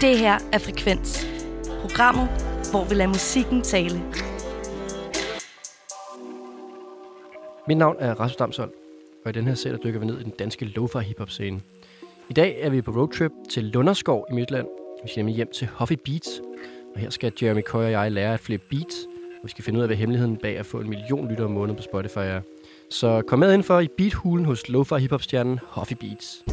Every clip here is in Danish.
Det her er Frekvens. Programmet, hvor vi lader musikken tale. Mit navn er Rasmus Damshold, og i den her serie dykker vi ned i den danske lo-fi hip-hop scene. I dag er vi på roadtrip til Lunderskov i Midtland. Vi skal hjem til Huffy Beats, og her skal Jeremy Køj og jeg lære at flippe beats, og vi skal finde ud af, hvad hemmeligheden bag at få 1 million lyttere om måneden på Spotify er. Så kom med indenfor i beathulen hos lo-fi hip-hop-stjernen Huffy Beats.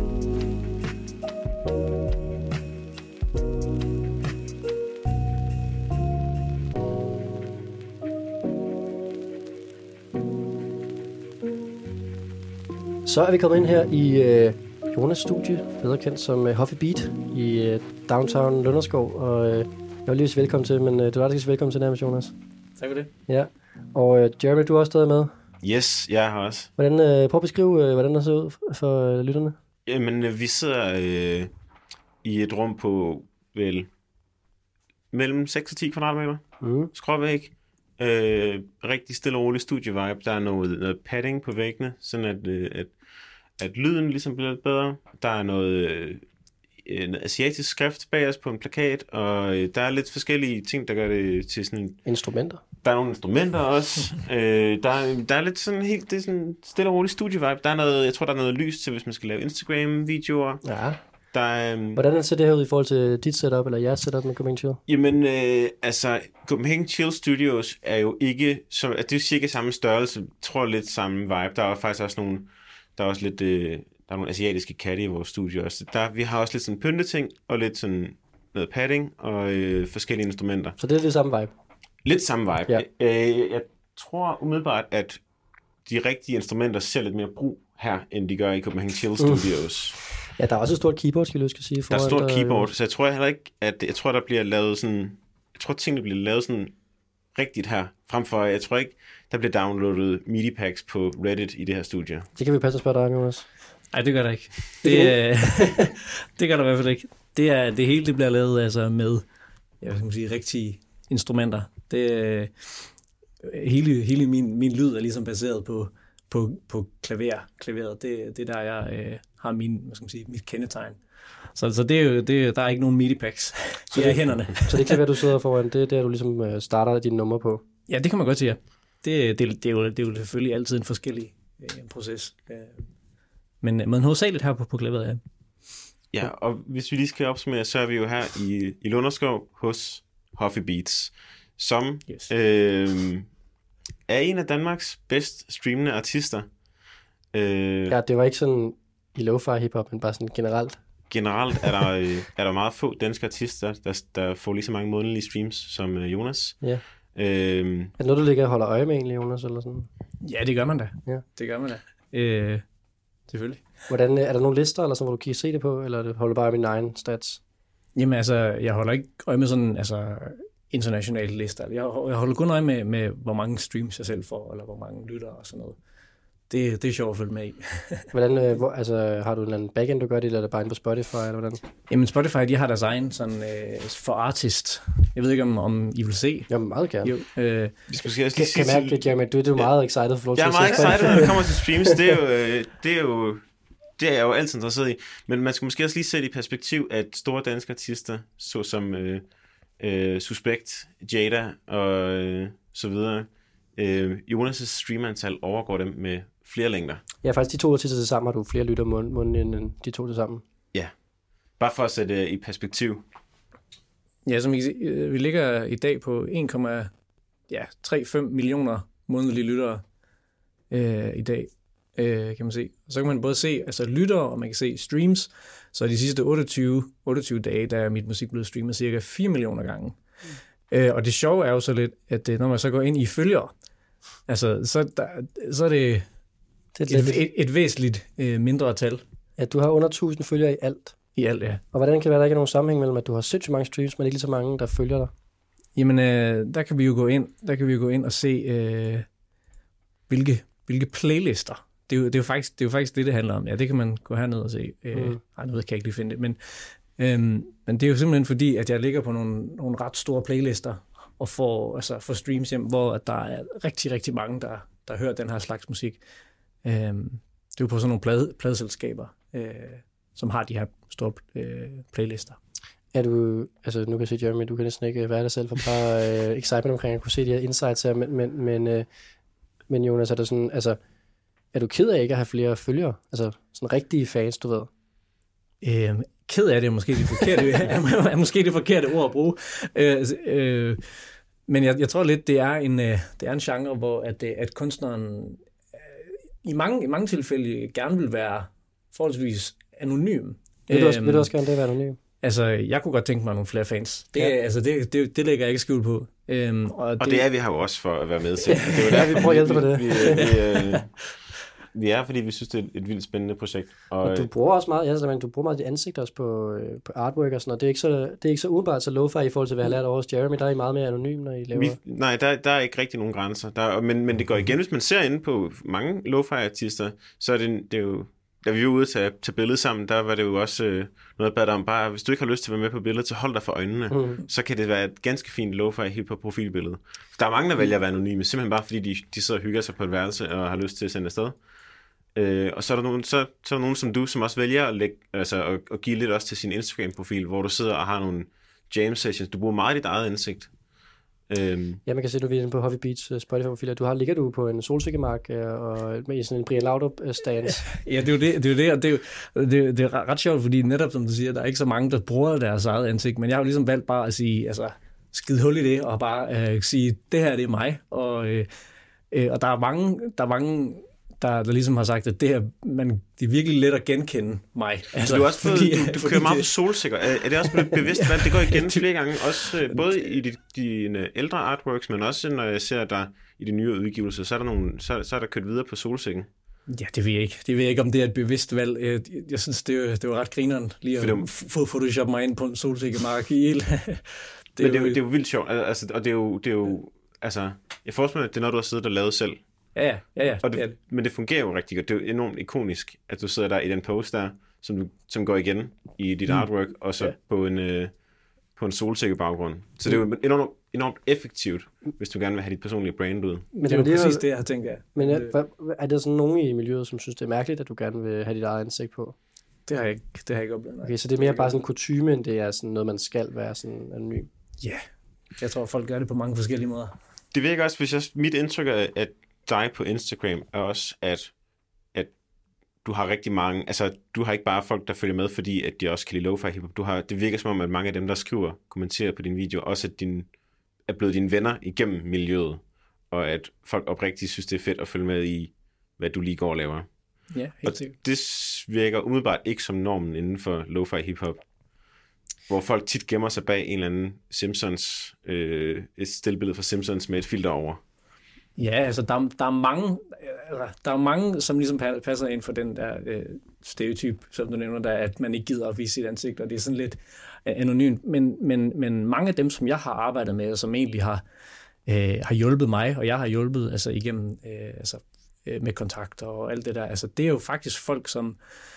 Så er vi kommet ind her i Jonas' studie, bedre kendt som Huffy Beat i downtown Lunderskov. Og jeg vil lige sige velkommen til, men du er der skal sige velkommen til nærmest, Jonas. Tak for det. Ja, og Jeremy, du er også stadig med. Yes, jeg er her også. Prøv at beskrive, hvordan det ser ud for lytterne. Jamen, vi sidder i et rum på vel mellem 6 og 10 kvadratmeter. Skråvæg. Rigtig stille og rolig studievibe. Der er noget padding på væggene, sådan at lyden ligesom bliver lidt bedre. Der er noget asiatisk skrift bag os på en plakat, og der er lidt forskellige ting, der gør det til sådan... Instrumenter? Der er nogle instrumenter også. Der er lidt sådan helt... Det er sådan stille og rolig studievibe. Der er noget... Jeg tror, der er noget lys til, hvis man skal lave Instagram-videoer. Ja. Der, hvordan ser det her ud i forhold til dit setup, eller jeres setup med Copenhagen Chill? Jamen, Copenhagen Chill Studios er jo ikke... det er cirka samme størrelse. Jeg tror lidt samme vibe. Der er faktisk også nogle... Der er også lidt... der er nogle asiatiske katte i vores studie også. Vi har også lidt sådan pynteting, og lidt sådan noget padding, og forskellige instrumenter. Så det er det samme vibe? Lidt samme vibe. Ja. Jeg tror umiddelbart, at de rigtige instrumenter ser lidt mere brug her, end de gør i Copenhagen Chill Studios. Ja, der er også et stort keyboard, skal jeg sige. Der er et stort keyboard, så jeg tror heller ikke, jeg tror, der bliver lavet sådan... Jeg tror, tingene bliver lavet sådan rigtigt her, fremfor, jeg tror ikke, der bliver downloadet MIDI packs på Reddit i det her studie. Det kan vi passe at spørge dig om, Jonas. Nej, det gør der ikke. Det gør der i hvert fald ikke. Det hele det bliver lavet altså med, jeg skal sige, rigtige instrumenter. Hele min lyd er ligesom baseret på klaveret. Det er der jeg har mit kendetegn. Så det er jo der er ikke nogen MIDI packs i hænderne. Så det klaver du sidder foran, det er der du ligesom starter dine numre på. Ja, det kan man godt sige. Det er jo selvfølgelig altid en forskellig proces. Men hovedsageligt her på klaveret, ja. Ja, og hvis vi lige skal opsummere, så er vi jo her i Lunderskov hos Huffy Beats, som er en af Danmarks bedst streamende artister. Ja, det var ikke sådan i lo-fi hiphop, men bare sådan generelt. Generelt er der meget få danske artister, der får lige så mange månedlige streams som Jonas. Ja. Er det noget, du ligger og holder øje med egentlig, Jonas, eller sådan? Ja, det gør man da. Ja. Det gør man da. Selvfølgelig. Hvordan, er der nogle lister, eller sådan, hvor du kan se det på, eller holder du bare mine egne stats? Jamen altså, jeg holder ikke øje med sådan internationale lister. Jeg holder kun øje med, hvor mange streams jeg selv får, eller hvor mange lyttere og sådan noget. Det er sjovt at følge med i. Hvordan, har du en eller anden backend, du gør det, eller er det bare inde på Spotify, eller hvordan? Jamen Spotify, de har deres egen sådan, for artist. Jeg ved ikke, om I vil se. Jeg meget gerne. Kan mærke det, Jeremy. Du er meget excited for lov til at se. Jeg er meget excited, når det kommer til streams. Det er jeg jo altid interesseret i. Men man skal måske også lige sætte i perspektiv, at store danske artister, såsom Suspekt, Jada og så videre, Jonas' streamantal overgår dem med flere længder. Ja, faktisk de to artister til sammen har du flere lytter måneden end de to til sammen. Ja, bare for at sætte i perspektiv. Ja, som I kan se, vi ligger i dag på 1,35 millioner månedlige lyttere i dag, kan man se. Så kan man både se lyttere, og man kan se streams. Så de sidste 28 dage, der er mit musik blevet streamet cirka 4 millioner gange. Og det sjove er jo så lidt, at når man så går ind i følgere, så er det et væsentligt mindre tal. Ja, du har under 1000 følgere i alt. I alt, ja. Og hvordan kan det være, der ikke er nogen sammenhæng mellem, at du har sindssygt mange streams, men ikke lige så mange, der følger dig? Jamen, der kan vi jo gå ind og se, hvilke playlister. Det er jo faktisk det handler om. Ja, det kan man gå herned og se. Nu kan jeg ikke lige finde det, men det er jo simpelthen fordi, at jeg ligger på nogle ret store playlister og får streams hjem, hvor der er rigtig, rigtig mange, der hører den her slags musik. Det er jo på sådan nogle pladeselskaber, som har de her store playlister. er du, altså nu kan jeg se, Jeremy, du kan næsten ikke være dig selv for bare excitement omkring at kunne se de her insights her, men Jonas, er der sådan, altså, er du ked af ikke at have flere følgere? Altså sådan rigtige fans, du ved? Ked af det er måske det forkerte ord at bruge. Men jeg tror lidt, det er en genre, hvor at kunstneren i mange tilfælde gerne vil være forholdsvis anonym. Vil du også gerne det være anonym? Altså, jeg kunne godt tænke mig nogle flere fans. Det lægger jeg ikke skjul på. Og det er vi her jo også for at være med til. Det er jo vi prøver at hjælpe med det. Vi er, fordi vi synes, det er et vildt spændende projekt. Og du bruger også meget, du bruger meget dit ansigt også på artwork og sådan noget. Det er ikke så umiddelbart så lo-fi i forhold til, hvad jeg har lært over hos Jeremy. Der er I meget mere anonym, når I laver... Nej, der er ikke rigtig nogen grænser. Men det går igen, hvis man ser inde på mange lo-fi-artister, så er det jo... Da vi var ude til billedet sammen, der var det jo også noget, jeg bad om, bare hvis du ikke har lyst til at være med på billedet, så hold dig for øjnene. Så kan det være et ganske fint lo-fi hip-hop profilbillede. Der er mange, der vælger at være anonyme, simpelthen bare fordi de sidder og hygger sig på et værelse og har lyst til at sende afsted. Og så er der nogen som du, som også vælger at give lidt også til sin Instagram-profil, hvor du sidder og har nogle jam sessions. Du bruger meget dit eget ansigt. Ja, man kan se, at du er inde på Huffy Beats Spotify-profil. Ligger du på en solsikkemark og med sådan en Brian Laudrup-stance? Ja, det er jo det, og det er ret sjovt, fordi netop som du siger, der er ikke så mange, der bruger deres eget ansigt, men jeg har jo ligesom valgt bare at sige, altså, skide hul i det, og bare sige, det her, det er mig, og der er mange, der ligesom har sagt, at det her, det er virkelig let at genkende mig. Altså, du kører meget på solsikker. Er det også blevet bevidst valg? Det går igen flere gange, også både i dine ældre artworks, men også når jeg ser dig i de nye udgivelser, så er der kørt videre på solsikken. Ja, det ved jeg ikke. Det ved jeg ikke, om det er et bevidst valg. Jeg synes, det var ret grineren lige at få Photoshop mig ind på en solsikkemark i el. Det er jo vildt sjovt. Altså, og det er jo altså, jeg forestiller mig, at det er noget, du har siddet og lavet selv. Ja. Men det fungerer jo rigtig godt. Det er jo enormt ikonisk, at du sidder der i den pose der, som går igen i dit artwork, og så på en solsikkebaggrund. Så det er jo enormt effektivt, hvis du gerne vil have dit personlige brand ud. Men det er jo præcis det, jeg har tænkt, ja. Men er der sådan nogen i miljøet, som synes, det er mærkeligt, at du gerne vil have dit eget ansigt på? Det har jeg ikke oplevet. Okay, så det er mere bare sådan en kutyme, end det er sådan noget, man skal være sådan anonym? Ja, jeg tror, folk gør det på mange forskellige måder. Det virker også, mit indtryk er, at dig på Instagram er også, at du har rigtig mange, altså du har ikke bare folk, der følger med, fordi at de også kan lide lo-fi hiphop. Det virker som om, at mange af dem, der skriver, kommenterer på din video, også at er blevet dine venner igennem miljøet, og at folk oprigtigt synes, det er fedt at følge med i, hvad du lige går og laver. Ja, helt sikkert. Og det virker umiddelbart ikke som normen inden for lo-fi hiphop, hvor folk tit gemmer sig bag en eller anden Simpsons, et stillbillede fra Simpsons med et filter over. Ja, altså der er mange, som ligesom passer ind for den der stereotyp, som du nævner, der, at man ikke gider at vise sit ansigt, og det er sådan lidt anonymt. Men mange af dem, som jeg har arbejdet med, og som egentlig har hjulpet mig, og jeg har hjulpet altså igennem med kontakter og alt det der, altså det er jo faktisk folk, som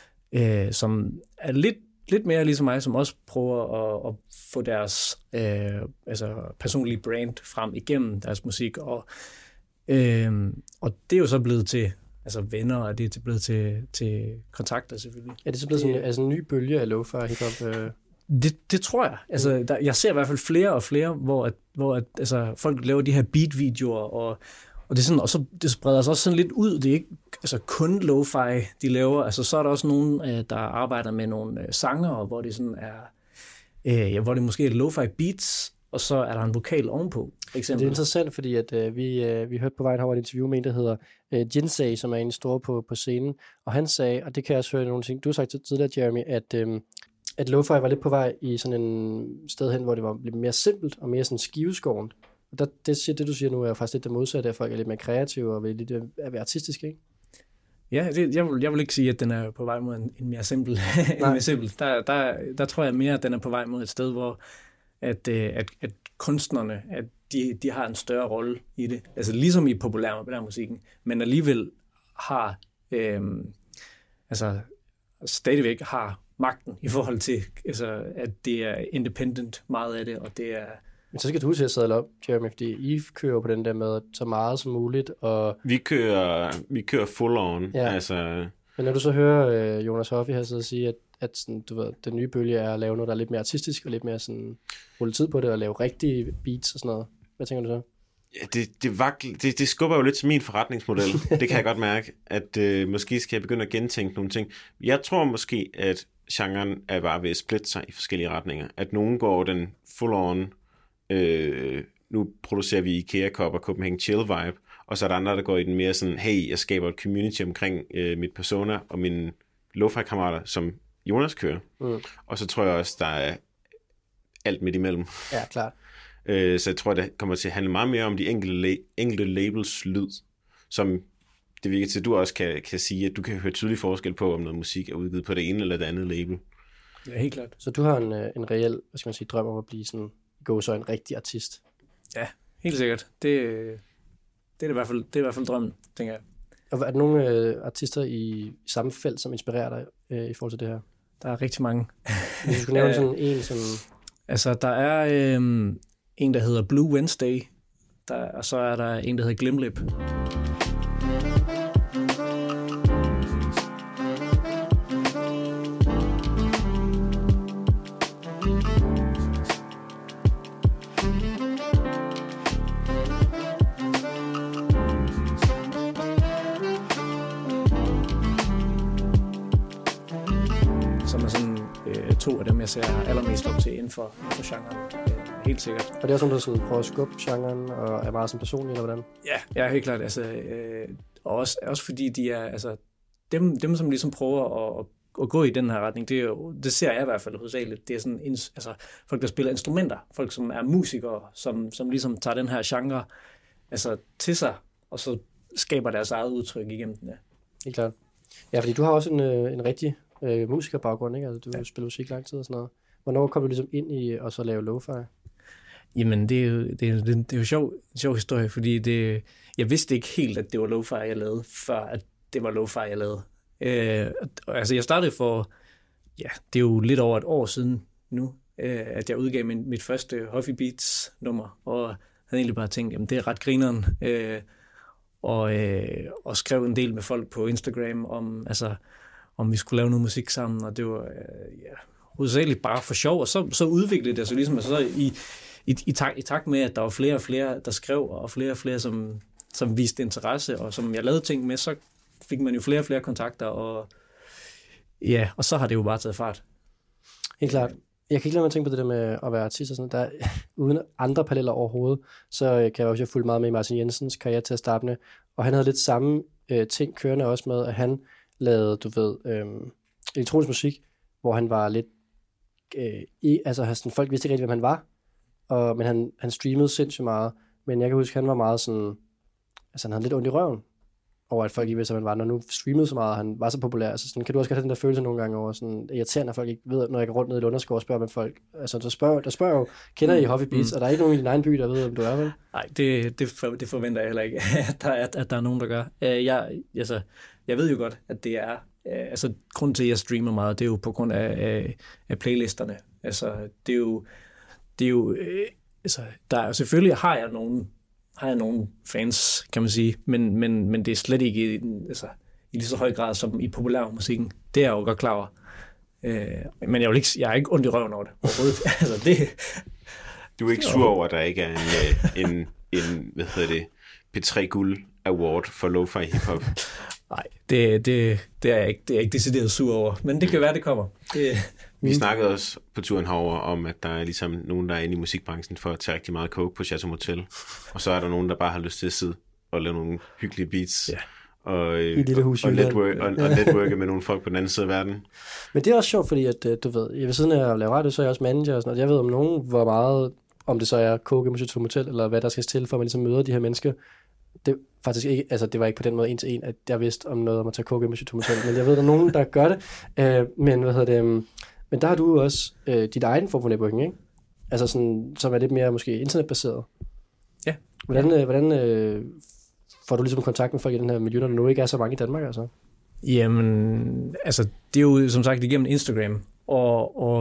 er lidt mere ligesom mig, som også prøver at få deres personlige brand frem igennem deres musik, og det er jo så blevet til venner, og det er blevet til kontakter selvfølgelig. Er det så blevet sådan en ny bølge af lo-fi hiphop? Det tror jeg. Altså, jeg ser i hvert fald flere og flere, hvor folk laver de her beat-videoer, og det er sådan, og så det spreder sig også sådan lidt ud. Det er ikke kun lo-fi, de laver. Altså, så er der også nogen, der arbejder med nogle sanger, hvor det sådan er, hvor det måske er lo-fi beats, og så er der en vokal ovenpå, for eksempel. Det er interessant, fordi at, vi hørte på vejen herover et interview med en, der hedder Jinsei, som er en stor på scenen, og han sagde, og det kan jeg også høre nogle ting, du har sagt tidligere, Jeremy, at lo-fi var lidt på vej i sådan en sted hen, hvor det var lidt mere simpelt og mere sådan skiveskårent. Og det du siger nu, er faktisk lidt det modsatte, at folk er lidt mere kreative og vil lidt være artistiske, ikke? Ja, jeg vil ikke sige, at den er på vej mod en mere simpel. Der tror jeg mere, at den er på vej mod et sted, hvor at kunstnerne, at de har en større rolle i det. Altså ligesom i populærmusikken, men alligevel har stadigvæk har magten i forhold til, at det er independent meget af det, og det er... Men så skal du til at sadle op, Jeremy, fordi I kører på den der med så meget som muligt, og... Vi kører full on, ja. altså... Men når du så hører Jonas Hoffi her sidde og sige, at sådan, du ved, den nye bølge er at lave noget, der er lidt mere artistisk, og lidt mere sådan, rulle tid på det, og lave rigtige beats og sådan noget. Hvad tænker du så? Ja, det skubber jo lidt til min forretningsmodel. Det kan jeg godt mærke, at måske skal jeg begynde at gentænke nogle ting. Jeg tror måske, at genren er bare ved at splitte sig i forskellige retninger. At nogen går den full-on, nu producerer vi IKEA-kopper, Copenhagen Chill vibe, og så er der andre, der går i den mere sådan, hey, jeg skaber et community omkring mit persona og mine lo-fi-kammerater, som Jonas kører. Og så tror jeg også, der er alt midt imellem. Ja, klart. Så jeg tror, det kommer til at handle meget mere om de enkelte labels lyd, som det virker til, at du også kan sige, at du kan høre tydelig forskel på, om noget musik er udgivet på det ene eller det andet label. Ja, helt klart. Så du har en reel, hvad skal man sige, drøm om at blive sådan, så en rigtig artist? Ja, helt sikkert. Det er i hvert fald drømmen, tænker jeg. Og er der nogle artister i samme felt, som inspirerer dig i forhold til det her? Der er rigtig mange. Hvis du skulle nævne sådan en, som... Altså, der er en, der hedder Blue Wednesday, og så er der en, der hedder Glimlip. Som er sådan to af dem, jeg ser allermest op til inden for genren. Helt sikkert. Og det er også sådan, der sådan prøver at skubbe genren, og er meget som personlig, eller hvordan? Ja, helt klart. Altså, og også fordi de er, altså, dem som ligesom prøver at gå i den her retning, det ser jeg i hvert fald hovedsageligt. Det er sådan, altså, folk, der spiller instrumenter, folk, som er musikere, som ligesom tager den her genre altså, til sig, og så skaber deres eget udtryk igennem den. Ja. Helt klart. Ja, fordi du har også en rigtig musikerbaggrund, ikke? Altså, du spiller musik lang tid og sådan noget. Hvornår kom du ligesom ind i at så lave lo-fi? Jamen, det er jo en sjov historie, fordi jeg vidste ikke helt, at det var lo-fi, jeg lavede, før at det var lo-fi, jeg lavede. Altså, jeg startede for, det er jo lidt over et år siden nu, at jeg udgav mit første Hoffi Beats nummer, og havde egentlig bare tænkt, jamen, det er ret grineren, og skrev en del med folk på Instagram om vi skulle lave noget musik sammen, og det var hovedsageligt bare for sjov, og så udviklede det sig ligesom, altså i takt med, at der var flere og flere, der skrev, og flere, som viste interesse, og som jeg lavede ting med, så fik man jo flere og flere kontakter, og så har det jo bare taget fart. Helt klart. Jeg kan ikke lade mig tænke på det der med at være artist og sådan noget. Uden andre paralleller overhovedet, så kan jeg også fulgt meget med i Martin Jensens karriere til at starte med, og han havde lidt samme ting kørende også med, at han lavede, du ved, elektronisk musik, hvor han var lidt, altså sådan, folk vidste ikke rigtig, hvem han var, men han streamede sindssygt meget, men jeg kan huske, han var meget sådan, altså han havde lidt ondt i røven, over at folk ikke vidste, hvem han var, når nu streamede så meget, og han var så populær, altså sådan, kan du også godt have den der følelse nogle gange over, sådan irriterende, at folk ikke ved, når jeg går rundt ned i Lunderskov og spørger, hvem folk, altså der spørger jo, kender I Hoffi Beats, og der er ikke nogen i din egen by, der ved, hvem du er, vel? Nej, det forventer jeg heller ikke, at der er nogen, der gør. Jeg ved jo godt, at det er, altså grunden til, at jeg streamer meget, det er jo på grund af playlisterne. Altså, det er jo altså, selvfølgelig har jeg nogle fans, kan man sige, men det er slet ikke i lige så høj grad som i populærmusikken. Det er jeg jo godt klar over. Men jeg er ikke ondt i røven over det overhovedet. Altså, det. Du er ikke sur over, at der ikke er en hvad hedder det, P3 Guld Award for lo-fi hiphop? Nej, det er jeg ikke. Det er ikke decideret sur over, men det kan være, det kommer. Vi snakkede også på turen herover om, at der er ligesom nogen, der er inde i musikbranchen for at tage rigtig meget coke på Chateau Motel, og så er der nogen, der bare har lyst til at sidde og lave nogle hyggelige beats, og networke med nogle folk på den anden side af verden. Men det er også sjovt, fordi at, du ved, ved siden af at lave radio, så er jeg også manager og sådan noget. Jeg ved om nogen, hvor meget, om det så er coke på Chateau Motel, eller hvad der skal til, for at man ligesom møder de her mennesker. Det faktisk ikke, altså det var ikke på den måde en til en, at jeg vidste om noget om at tage coke med Chateau Motel, men jeg ved, der er nogen, der gør det. Men der har du også dit egen form for networking, ikke? Altså sådan, som er lidt mere måske internetbaseret. Ja. Hvordan får du ligesom kontakt med folk i den her miljø, når der nu ikke er så mange i Danmark, altså? Jamen, altså, det er jo som sagt igennem Instagram, og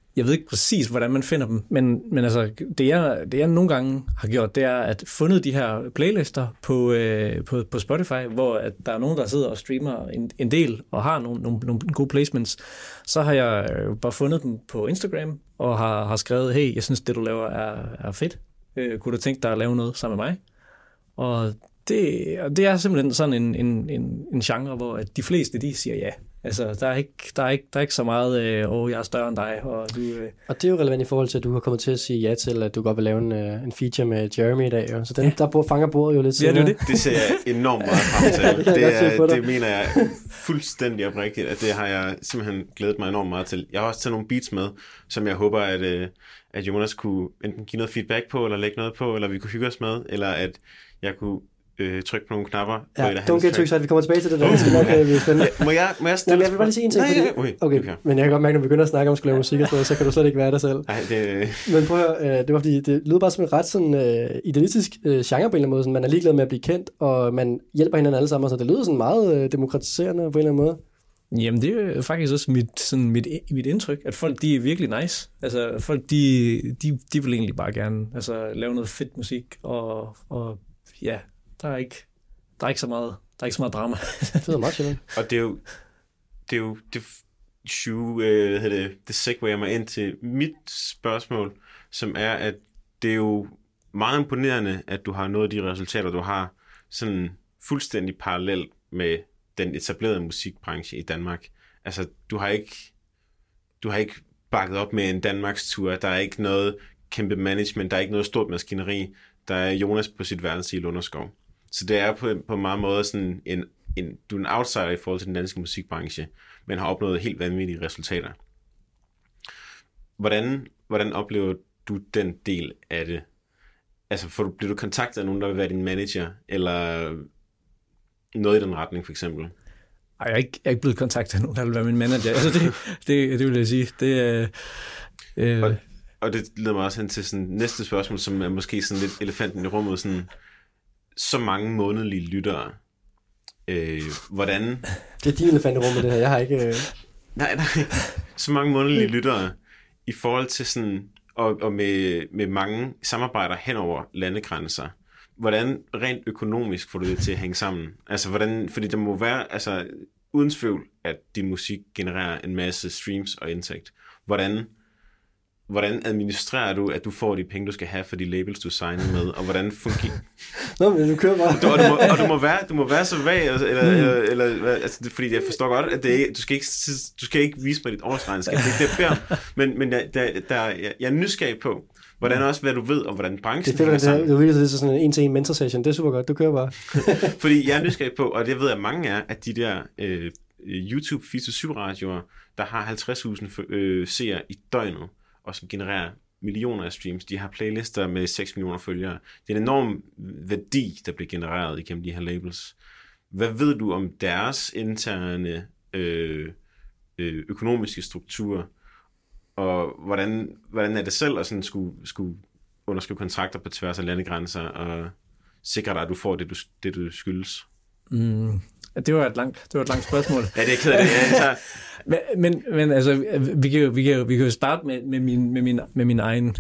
Jeg ved ikke præcis, hvordan man finder dem, men altså, det jeg nogle gange har gjort, det er at fundet de her playlister på Spotify, hvor at der er nogen, der sidder og streamer en del og har nogle gode placements. Så har jeg bare fundet dem på Instagram og har skrevet, hey, jeg synes, det du laver er fedt. Kunne du tænke dig at lave noget sammen med mig? Og det er simpelthen sådan en genre, hvor at de fleste, de siger ja. Altså, der er ikke så meget, jeg er større end dig. Og det er jo relevant i forhold til, at du har kommet til at sige ja til, at du godt vil lave en feature med Jeremy i dag. Jo. Så der fanger bordet jo lidt. Ja, det ser jeg enormt meget frem til. Det mener jeg fuldstændig oprigtigt, at det har jeg simpelthen glædet mig enormt meget til. Jeg har også taget nogle beats med, som jeg håber, at Jonas kunne enten give noget feedback på, eller lægge noget på, eller vi kunne hygge os med, eller at jeg kunne trykke på nogle knapper. Ja, don't get too excited, vi kommer tilbage til det der. Det skal nok blive spændende. Må jeg stille? Jeg vil bare lige sige en ting. Okay. Men jeg kan godt mærke, når vi begynder at snakke om at skulle lave musik, så kan du slet ikke være der selv. Nej, Men prøv at høre, det var fordi, det lyder bare som en ret sådan idealistisk genre på en eller anden måde. Sådan, man er ligeglad med at blive kendt, og man hjælper hinanden alle sammen, så det lyder sådan meget demokratiserende på en eller anden måde. Jamen, det er faktisk også mit indtryk, at folk, de er virkelig nice. Altså, folk, de vil egentlig bare gerne lave noget fedt musik, og ja, der er ikke så meget drama. Det er meget sjovt. Og det er jo det segwayer mig ind til mit spørgsmål, som er, at det er jo meget imponerende, at du har nået de resultater, du har, sådan fuldstændig parallelt med den etablerede musikbranche i Danmark. Altså, du har ikke bakket op med en Danmarks tur, der er ikke noget kæmpe management, der er ikke noget stort maskineri, der er Jonas på sit værelse i Lunderskov. Så det er på mange måder sådan du er en outsider i forhold til den danske musikbranche, men har opnået helt vanvittige resultater. Hvordan oplever du den del af det? Altså, bliver du kontaktet af nogen, der vil være din manager, eller noget i den retning, for eksempel? Ej, jeg er ikke blevet kontaktet af nogen, der vil være min manager. Altså, det vil jeg sige. Og det leder mig også hen til sådan næste spørgsmål, som er måske sådan lidt elefanten i rummet, sådan så mange månedlige lyttere. Hvordan... Det er din elefant i rummet, det her. Jeg har ikke... Nej. Så mange månedlige lyttere i forhold til sådan... Og med mange samarbejder hen over landegrænser. Hvordan rent økonomisk får du det til at hænge sammen? Altså, fordi der må være... Altså, uden tvivl, at din musik genererer en masse streams og indtægt. Hvordan administrerer du, at du får de penge, du skal have for de labels, du signer med, og hvordan fungerer... Nå, men du kører bare. Og du må være så vag, eller altså, fordi jeg forstår godt, at du skal ikke vise mig dit årsregnskab, det er ikke det, jeg beder. Men jeg er nysgerrig på, hvordan også, hvad du ved, om hvordan branchen hænger sammen. Det er virkelig sådan en en-til-en mentor session, det er super godt, du kører bare. Fordi jeg er nysgerrig på, og det ved jeg mange er, at de der YouTube 4-7-radioer, der har 50.000 seere i døgnet, og som genererer millioner af streams. De har playlister med 6 millioner følgere. Det er en enorm værdi, der bliver genereret igennem de her labels. Hvad ved du om deres interne økonomiske struktur, og hvordan er det selv at sådan skulle underskrive kontrakter på tværs af landegrænser og sikre dig, at du får det du skyldes? Det var et langt spørgsmål. Ja, det er ked af det. Men altså, vi kan jo starte med min egen,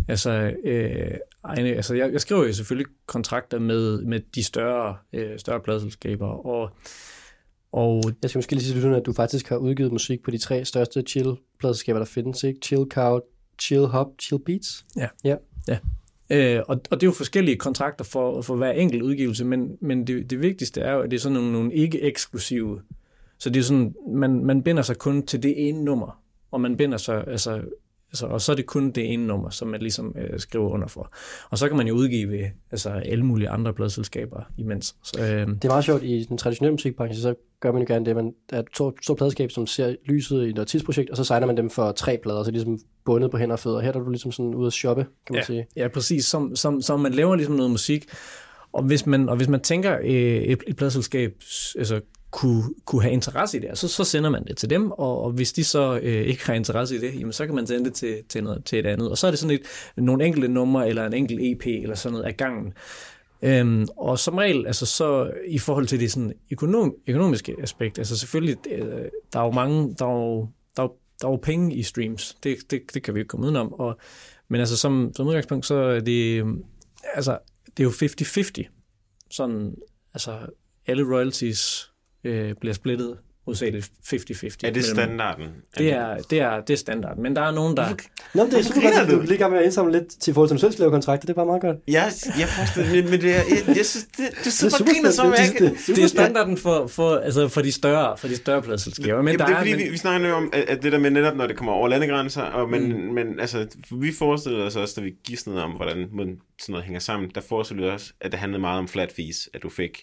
jeg skriver jo selvfølgelig kontrakter med de større pladeselskaber, og jeg skal måske lige sige, at du faktisk har udgivet musik på de 3 største chill-pladeselskaber, der findes, ikke? Chill Cow, Chill Hop, Chill Beats. Ja. Og det er jo forskellige kontrakter for hver enkelt udgivelse, men det vigtigste er jo, at det er sådan nogle ikke eksklusive. Så det er sådan, man binder sig kun til det ene nummer, og man binder sig, og så er det kun det ene nummer, som man ligesom skriver under for. Og så kan man jo udgive alle mulige andre pladeselskaber imens. Så, det er meget sjovt, i den traditionelle musikbranche, så gør man jo gerne det, man er et stort pladeskab, som ser lyset i et tidsprojekt, og så signer man dem for 3 plader, så ligesom bundet på hænder og fødder. Her er du ligesom sådan ude at shoppe, kan man sige. Ja, præcis. Som man laver ligesom noget musik, og hvis man tænker et pladeselskab kunne have interesse i det, så sender man det til dem, og hvis de så ikke har interesse i det, jamen, så kan man sende det til et andet. Og så er det sådan nogle enkelte numre, eller en enkelt EP, eller sådan noget af gangen. Og som regel, så i forhold til det sådan økonomiske aspekt, selvfølgelig, der er jo der er jo penge i streams. Det kan vi jo komme udenom. Men altså som udgangspunkt, så er det, altså, det er jo 50-50. Sådan, altså alle royalties bliver splittet hovedsageligt 50-50. Er det standarden? Det er standarden, men der er nogen, der... Nå, det er super godt, at du lige gang med at indsamle lidt til forhold til selvslevekontrakter. Det er bare meget godt. Jeg forstår, men det er super griner, som jeg... Det er standarden for de større pladselskaber. Men det er fordi, vi snakker jo om, at det der med netop, når det kommer over landegrænser, men altså, vi forestiller os også, da vi gidsnede om, hvordan sådan noget hænger sammen, der forestiller vi os, at det handlede meget om flat fees, at du fik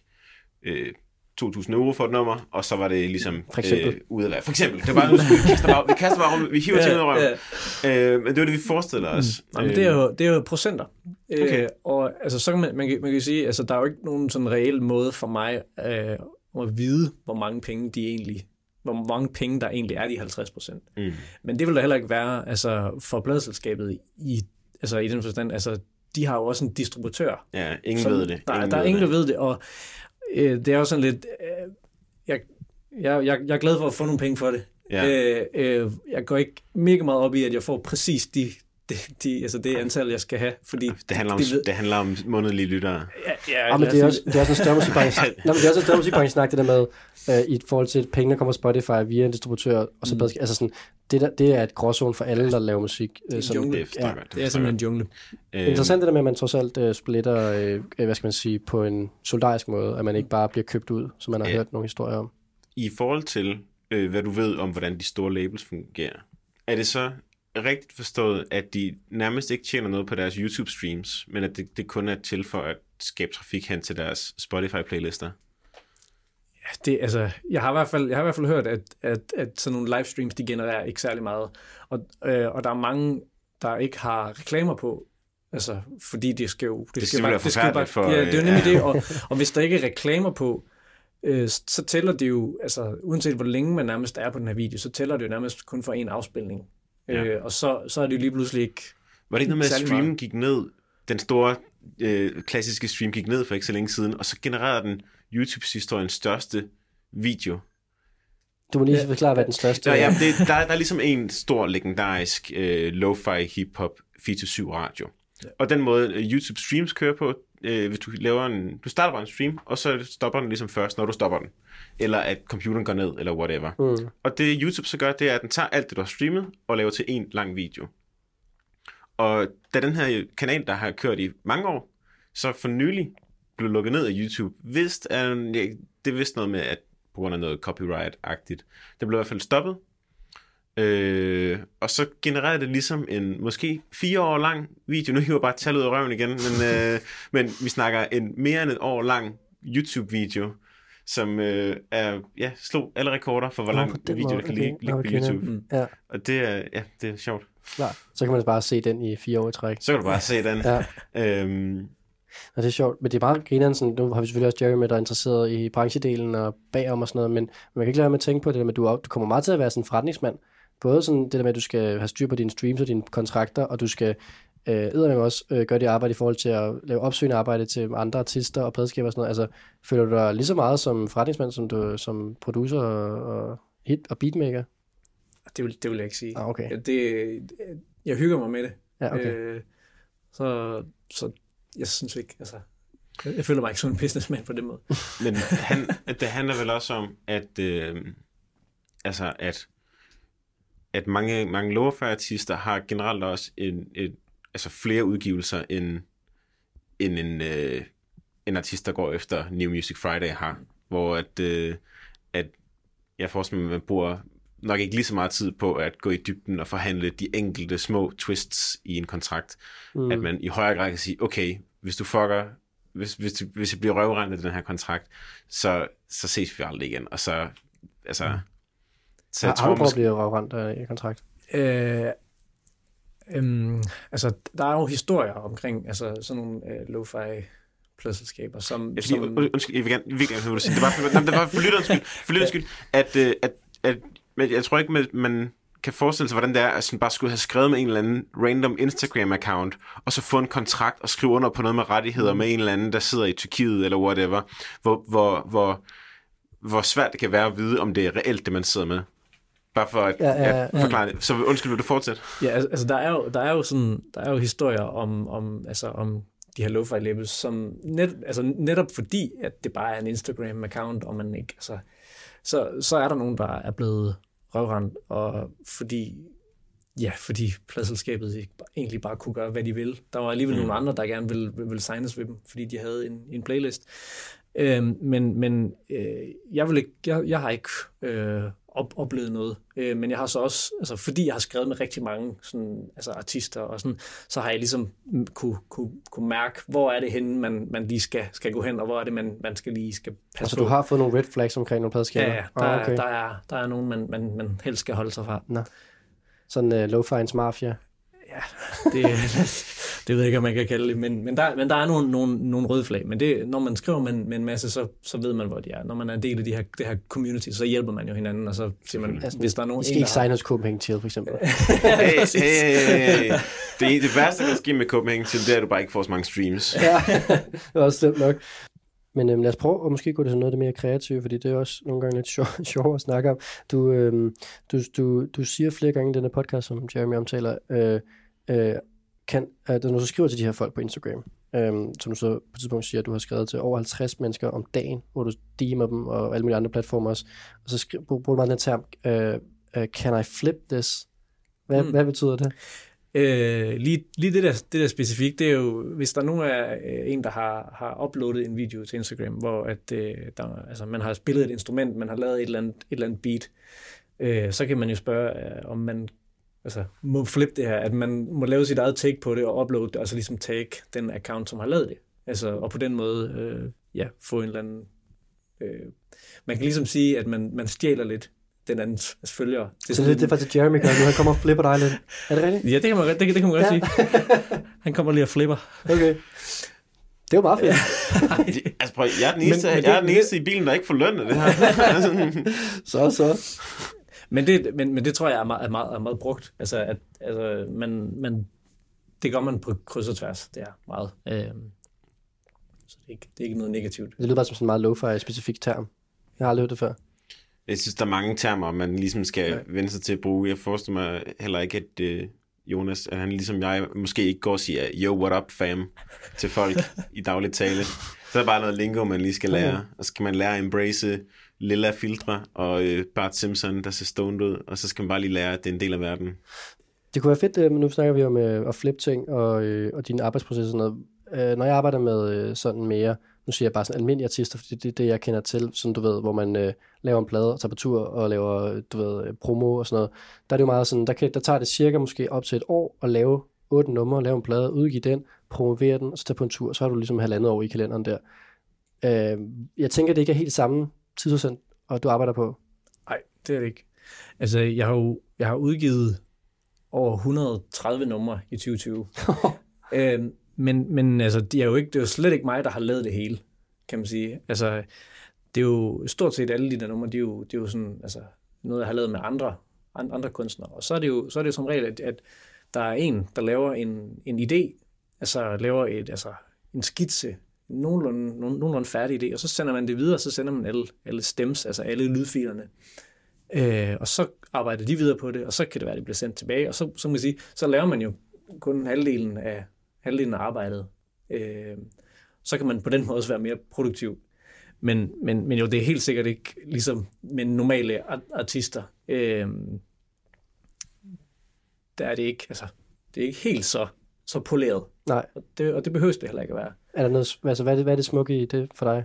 2.000 euro for et nummer, og så var det ligesom ud af for eksempel. Det var bare, vi kaster bare rum, vi hiver til røven. Men det var det, vi forestiller os. Men det er jo procenter. Okay. Og altså, så kan man kan sige, altså, der er jo ikke nogen sådan reel måde for mig at vide, hvor mange penge der egentlig er de 50%. Men det vil der heller ikke være altså, for pladselskabet i den forstand. Altså, de har jo også en distributør. Ja, ingen ved det. Der er ingen, der ved det, og det er jo sådan lidt... Jeg er glad for at få nogle penge for det. Ja. Jeg går ikke mega meget op i, at jeg får præcis det antal, jeg skal have. Fordi det handler om månedlige lyttere. Ja, men det er også en større musikbranche. Det er også en større musikbranche-snak, det der med, i forhold til, at pengene kommer Spotify via en distributør, og så altså sådan, det er et gråzone for alle, der laver musik. Det er simpelthen en jungle. Interessant det der med, at man trods alt splitter, hvad skal man sige, på en solidarisk måde, at man ikke bare bliver købt ud, som man har hørt nogle historier om. I forhold til, hvad du ved om, hvordan de store labels fungerer, er det så rigtigt forstået, at de nærmest ikke tjener noget på deres YouTube-streams, men at det kun er til for at skabe trafik hen til deres Spotify-playlister? Ja, altså, jeg har i hvert fald hørt, at sådan nogle livestreams, de genererer ikke særlig meget. Og der er mange, der ikke har reklamer på, altså, fordi det skal jo... Det skal være forfærdeligt for... Ja, det er jo nemlig det, og hvis der ikke er reklamer på, så tæller det jo, altså uanset hvor længe man nærmest er på den her video, så tæller det jo nærmest kun for en afspilning. Ja. Og så er det jo lige pludselig ikke... Var det ikke noget med, at streamen gik ned, den store klassiske stream gik ned for ikke så længe siden, og så genererede den YouTubes-historiens største video? Du må lige forklare, hvad den største er. Der er ligesom en stor legendarisk lo-fi hip-hop 4-7 radio. Ja. Og den måde YouTube streams kører på, hvis du du starter bare en stream, og så stopper den ligesom først, når du stopper den. Eller at computeren går ned, eller whatever. Og det YouTube så gør, det er, at den tager alt det, du har streamet, og laver til en lang video. Og da den her kanal, der har kørt i mange år, så for nylig blev lukket ned af YouTube, det er vist noget med, at på grund af noget copyright-agtigt. Det blev i hvert fald stoppet. Og så genererede det ligesom en måske 4 år lang video. Nu hiver jeg bare et tal ud af røven igen, men vi snakker en mere end et år lang YouTube-video, som slog alle rekorder for, hvor lang video der kan ligge på YouTube. Ja. Og det er sjovt. Klar. Så kan man bare se den i 4 år i træk. Så kan du bare se den. Ja. Og det er sjovt, men det er bare grineren, sådan, nu har vi selvfølgelig også Jerry med, der er interesseret i branchedelen og bagom og sådan noget, men man kan ikke lade være med at tænke på det der med, at du kommer meget til at være sådan en forretningsmand. Både sådan det der med, at du skal have styr på dine streams og dine kontrakter, og du skal også gøre dit arbejde i forhold til at lave opsøgende arbejde til andre artister og pladskaber og sådan noget. Altså, føler du dig lige så meget som forretningsmand, som du som producer og hit og beatmaker? Det vil jeg ikke sige. Okay. Jeg hygger mig med det. Ja, okay. Så jeg synes ikke, altså... Jeg føler mig ikke som en businessman på den måde. Men det handler vel også om, at mange lo-fi-artister har generelt også flere udgivelser end en artist, der går efter New Music Friday har. Hvor at jeg forestiller mig, at man bruger nok ikke lige så meget tid på at gå i dybden og forhandle de enkelte små twists i en kontrakt. At man i højere grad kan sige, okay, hvis du fucker, hvis jeg bliver røvrendt af den her kontrakt, så ses vi aldrig igen. Og så, altså... Så har du prøvet at blive røvrendt af en kontrakt? Altså, der er jo historier omkring altså, sådan nogle lo-fi pladselskaber, som... Undskyld, jeg vil gerne høre, hvad du siger. Det var for lytterens skyld, at jeg tror ikke, man kan forestille sig, hvordan det er, at man bare skulle have skrevet med en eller anden random Instagram-account, og så få en kontrakt og skrive under på noget med rettigheder med en eller anden, der sidder i Tyrkiet eller whatever, hvor svært det kan være at vide, om det er reelt, det man sidder med. Bare for at forklare det. Så undskyld, vil du fortsætte? Ja, altså der er jo historier om de her lo-fi labels, som netop fordi, at det bare er en Instagram-account, og man ikke, altså, så er der nogen, der er blevet røvrendt, og fordi pladselskabet egentlig bare kunne gøre, hvad de vil. Der var alligevel nogle andre, der gerne ville signes ved dem, fordi de havde en playlist. Men jeg har ikke oplevet noget. Men jeg har så også, altså fordi jeg har skrevet med rigtig mange sådan, altså artister og sådan, så har jeg ligesom kunne mærke, hvor er det henne, man lige skal gå hen, og hvor er det, man skal passe altså, på. du har fået nogle red flags omkring nogle pladskaber? Ja, der er nogen, man helst skal holde sig fra. Nå. Sådan lo-fi's mafia? Ja, det ved jeg ikke, om man kan kalde det, men der er nogle røde flag. Men det, når man skriver med en masse, så ved man, hvor de er. Når man er en del af det her community, så hjælper man jo hinanden, og så siger man, altså, hvis der er nogen... I skal ikke signe hos Copenhagen Chill, for eksempel. Hey. Det værste, der kan ske med Copenhagen Chill, det er, at du bare ikke får så mange streams. Ja, det er også slemt nok. Men lad os prøve at måske gå til sådan noget af det mere kreative, fordi det er også nogle gange lidt sjovt at snakke om. Du siger flere gange i denne podcast, som Jeremy omtaler, når du så skriver til de her folk på Instagram, som du så på et tidspunkt siger, at du har skrevet til over 50 mennesker om dagen, hvor du DM'er dem og alle mulige andre platformer også, og så bruger du meget den term, can I flip this? Hvad betyder det? Lige det der specifikt, det er jo, hvis der er nogen af en, der har uploadet en video til Instagram, hvor at, man har spillet et instrument, man har lavet et eller andet beat, så kan man jo spørge, om man må flippe det her, at man må lave sit eget take på det og uploade det, og så ligesom take den account, som har lavet det. Altså, og på den måde, få en eller anden... man kan ligesom sige, at man stjæler lidt den andens følgere. Så det er faktisk Jeremy gør nu, han kommer og flipper dig lidt. Er det rigtigt? Ja, det kan man godt sige. Han kommer lige og flipper. Okay. Det er jo meget fedt. Altså prøv, jeg er den eneste i bilen, der ikke får løn af det her. Så. Men det tror jeg er meget brugt. Altså, det gør man på kryds og tværs. Det er meget. Så det er ikke noget negativt. Det lyder bare som sådan en meget lo-fi specifik term. Jeg har aldrig hørt det før. Jeg synes, der er mange termer, man ligesom skal vende sig til at bruge. Jeg forestiller mig heller ikke, at Jonas, at han ligesom jeg, måske ikke går og siger, yo, what up, fam, til folk i dagligt tale. Så er der bare noget lingo, man lige skal lære. Og så skal man lære at embrace lilla filtre og Bart Simpson, der ser stoned ud. Og så skal man bare lige lære, at det er en del af verden. Det kunne være fedt, men nu snakker vi om at flippe ting og dine arbejdsprocesser og noget. Når jeg arbejder med sådan mere, nu siger jeg bare sådan almindelige artister, fordi det er det, jeg kender til, sådan du ved, hvor man laver en plade og tager på tur og laver, du ved, promo og sådan noget. Der er det jo meget sådan, der tager det cirka måske op til et år at lave 8 numre, lave en plade, udgive den, promovere den, og så tage på en tur, så har du ligesom 1,5 år i kalenderen der. Jeg tænker, det ikke er helt samme tidsprocent, og du arbejder på. Nej, det er det ikke. Altså, jeg har udgivet over 130 numre i 2020. Men altså, det er jo slet ikke mig, der har lavet det hele, kan man sige. Altså, det er jo stort set alle de der numre, det er jo sådan, altså, noget, jeg har lavet med andre kunstnere. Og så er det jo som regel, at der er en, der laver en idé, altså laver en skitse, nogenlunde færdig idé, og så sender man det videre, og så sender man alle stems, altså alle lydfilerne. Og så arbejder de videre på det, og så kan det være, at det bliver sendt tilbage, og så kan man sige, så laver man jo kun halvdelen af arbejdet. Så kan man på den måde også være mere produktiv. Men jo, det er helt sikkert ikke ligesom med normale artister. Der er det ikke, altså, det er ikke helt så poleret. Nej. Og det behøves det heller ikke at være. Er der noget, altså, hvad er det smukke i det for dig?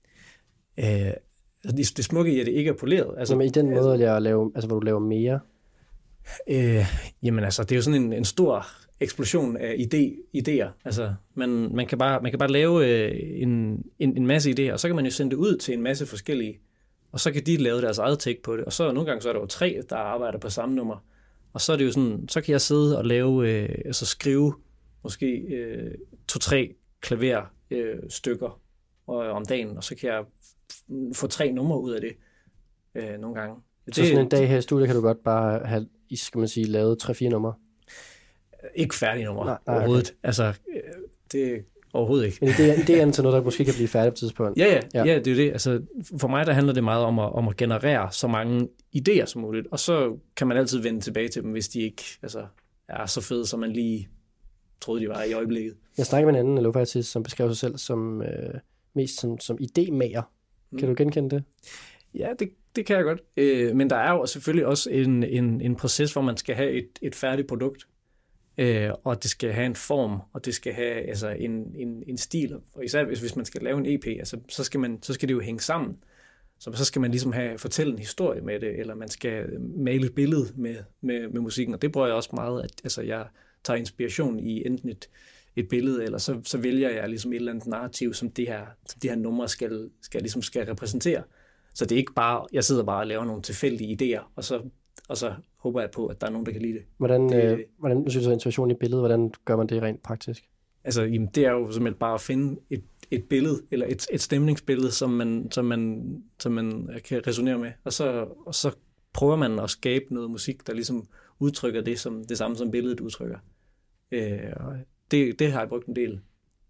Det smukke i, at det ikke er poleret. Altså, jamen, i den måde, at lave, altså, hvor du laver mere? Jamen altså, det er jo sådan en stor eksplosion af idéer. Altså, man kan bare lave en masse idéer, og så kan man jo sende det ud til en masse forskellige, og så kan de lave deres eget take på det. Og så nogle gange så er der jo 3, der arbejder på samme nummer. Og så er det jo sådan, så kan jeg sidde og lave, skrive måske 2-3 klaverstykker om dagen, og så kan jeg få 3 numre ud af det nogle gange. Så sådan en dag her i studiet kan du godt bare have, skal man sige, lavet 3-4 numre? Ikke færdige numre overhovedet. Okay. Altså, det Overhovedet ikke. Men idéerne til noget, der måske kan blive færdigt på et tidspunkt. Ja, det er jo det. Altså, for mig der handler det meget om at generere så mange idéer som muligt, og så kan man altid vende tilbage til dem, hvis de ikke er så fede, som man lige troede, de var i øjeblikket. Jeg snakker med en anden lo-fi-artist, som beskrev sig selv som mest som idémager. Kan du genkende det? Ja, det kan jeg godt. Men der er jo selvfølgelig også en proces, hvor man skal have et færdigt produkt, og det skal have en form, og det skal have en stil. Og især hvis man skal lave en EP, så skal det jo hænge sammen. Så skal man ligesom fortælle en historie med det, eller man skal male et billede med musikken. Og det bruger jeg også meget, at jeg tager inspiration i enten et billede, eller så vælger jeg ligesom et eller andet narrativ, som det her nummer skal repræsentere. Så det er ikke bare, jeg sidder bare og laver nogle tilfældige idéer, og så håber jeg på, at der er nogen, der kan lide det. Hvordan synes du inspiration i billedet, hvordan gør man det rent praktisk? Altså, det er jo simpelthen bare at finde et billede, eller et stemningsbillede, som man kan resonere med, og så prøver man at skabe noget musik, der ligesom udtrykker det samme som billedet udtrykker. Og det har jeg brugt en del.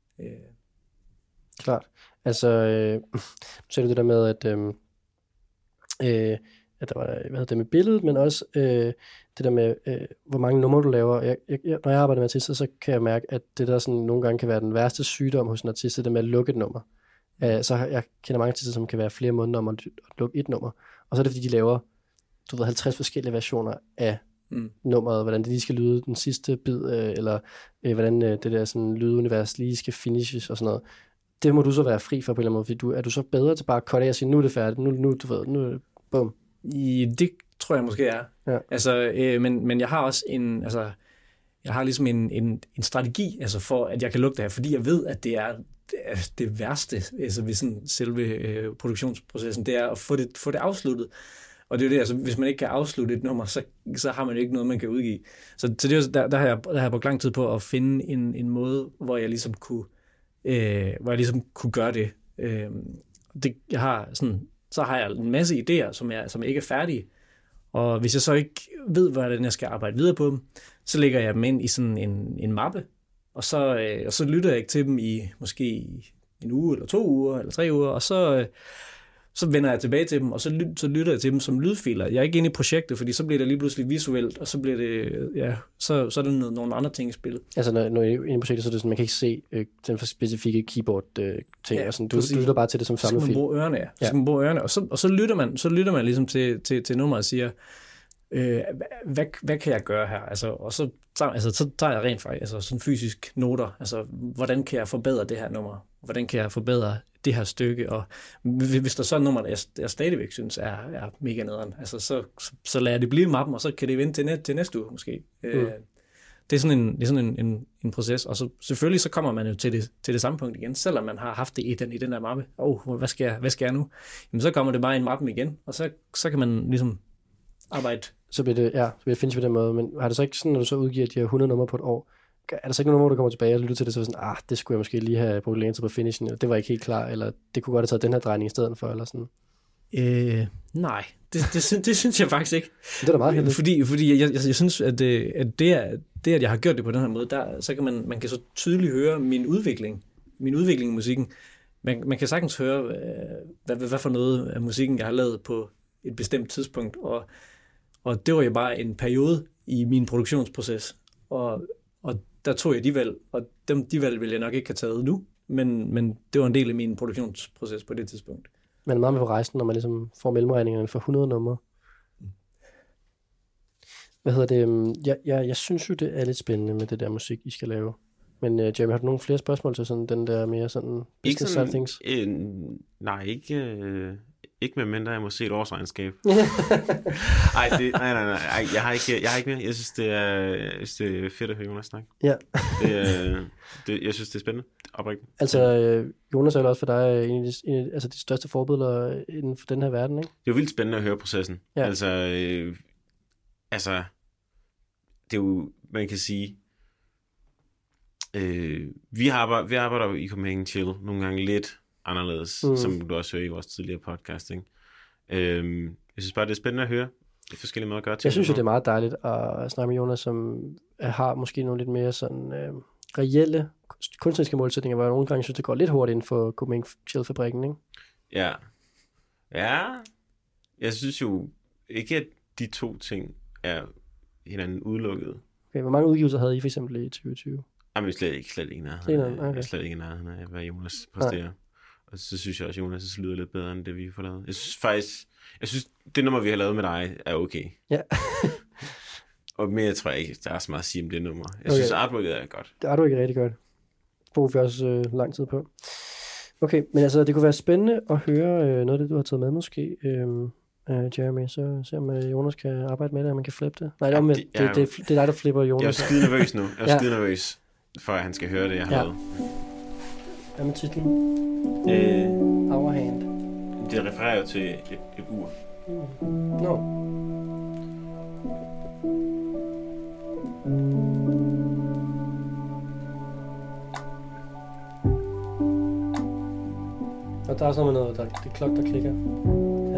Klart. Altså, nu sagde du det der med, at der var det med billedet, men også det der med, hvor mange numre du laver. Når jeg arbejder med artister, så kan jeg mærke, at det der sådan nogle gange kan være den værste sygdom hos en artist, det der med at lukke et nummer. Så jeg kender mange artister, som kan være flere måneder om at lukke et nummer. Og så er det, fordi de laver 50 forskellige versioner af nummeret, hvordan det lige skal lyde den sidste bid, eller hvordan det der sådan lydunivers lige skal finishes og sådan noget. Det må du så være fri for på en eller anden måde, fordi er du så bedre til bare at cutte af og sige, nu er det færdigt, nu er det, bum. Det tror jeg måske er. Ja. Altså, men jeg har også jeg har ligesom en strategi, altså for at jeg kan lukke det her, fordi jeg ved, at det er det værste, altså ved sådan selve produktionsprocessen, det er at få det afsluttet. Og det er jo det, altså hvis man ikke kan afslutte et nummer, så har man jo ikke noget, man kan udgive. Så det er jo, der har jeg brugt lang tid på at finde en måde, hvor jeg ligesom kunne gøre det. Så har jeg en masse idéer, som ikke er færdige. Og hvis jeg så ikke ved, hvordan jeg skal arbejde videre på dem, så lægger jeg dem ind i sådan en mappe, og så lytter jeg ikke til dem i måske en uge, eller 2 uger, eller 3 uger, og så vender jeg tilbage til dem, og så lytter jeg til dem som lydfiler. Jeg er ikke inde i projektet, fordi så bliver det lige pludselig visuelt, og så bliver det, så er der nogle andre ting i spillet. Altså når jeg er inde i projektet, så er det sådan, man kan ikke se den specifikke keyboard-ting, og sådan. Du lytter bare til det som samme fil. Så skal man bruge ørerne, Så skal man bruge ørerne, og så lytter man ligesom til nummeret og siger, hvad kan jeg gøre her? Altså, og så tager jeg rent faktisk sådan fysisk noter. Altså, hvordan kan jeg forbedre det her nummer? Hvordan kan jeg forbedre det her stykke? Og hvis der så er nummer, jeg stadigvæk synes er mega nederen, altså, så lader jeg det blive i mappen, og så kan det vente til næste uge måske. Det er sådan en proces, og så selvfølgelig så kommer man jo til det samme punkt igen, selvom man har haft det i den der mappe. Hvad skal jeg nu? Jamen, så kommer det bare i en mappen igen, og så kan man ligesom arbejde. Så bliver det findes på den måde, men har det så ikke sådan, når du så udgiver de her 100 numre på et år, er der så ikke nogen nummer, du kommer tilbage og lytter til det, så sådan, det skulle jeg måske lige have brugt længere tid på finishen, og det var ikke helt klar, eller det kunne godt have taget den her drejning i stedet for, eller sådan? Nej, det synes jeg faktisk ikke. Det er da meget heldigt. Fordi jeg synes, at at jeg har gjort det på den her måde, så kan man kan så tydeligt høre min udvikling i musikken. Man kan sagtens høre, hvad for noget af musikken, jeg har lavet på et bestemt tidspunkt, og det var jo bare en periode i min produktionsproces, og der tog jeg de valg, og de valg ville jeg nok ikke have taget nu, men det var en del af min produktionsproces på det tidspunkt. Man er meget med på rejsen, når man ligesom får mellemregningerne for 100 numre. Hvad hedder det? Jeg synes jo, det er lidt spændende med det der musik, I skal lave. Men Jeremy, har du nogle flere spørgsmål til sådan den der mere sådan business side things? Nej, ikke med mindre jeg må se et årsregnskab. Nej, jeg har ikke mere. Jeg synes, det er fedt at høre Jonas snakke. Ja. Jeg synes, det er spændende. Oprigtigt. Altså, Jonas er jo også for dig en af de største forbilleder inden for den her verden, ikke? Det er jo vildt spændende at høre processen. Ja. Altså, det er jo, man kan sige, vi arbejder i Copenhagen Chill nogle gange lidt anderledes, som du også hører i vores tidligere podcast, ikke? Jeg synes bare, det er spændende at høre de forskellige måder at gøre ting. Jeg synes jo, det er meget dejligt at snakke med Jonas, som har måske nogle lidt mere sådan reelle kunstneriske målsætninger, hvor jeg nogle gange synes, det går lidt hurtigt inden for Copenhagen Shell-fabrikken, ikke? Ja. Ja. Jeg synes jo ikke, at de to ting er hinanden udelukket. Okay, hvor mange udgivelser havde I for eksempel i 2020? Jamen, slet ikke i nærheden. Jeg er slet ikke i nærheden af, hvad Jonas præsterer. Og så synes jeg også, at Jonas' lyder lidt bedre, end det vi får lavet. Jeg synes, det nummer, vi har lavet med dig, er okay. Ja. Og mere tror jeg ikke, der er så meget at sige om det nummer. Jeg synes, artworket er godt. Det artwork er rigtig godt. Det bruger vi også lang tid på. Okay, men altså, det kunne være spændende at høre noget af det, du har taget med måske, Jeremy. Så se om Jonas kan arbejde med det, og man kan flippe det. Nej, det er dig, der flipper Jonas. Jeg er skide nervøs nu. Jeg er skide nervøs, for at han skal høre det, jeg har lavet. Hvad med titlen? Our Hand. Det refererer jo til et ur. No. Og der er sådan noget, det er klok, der klikker. Ja.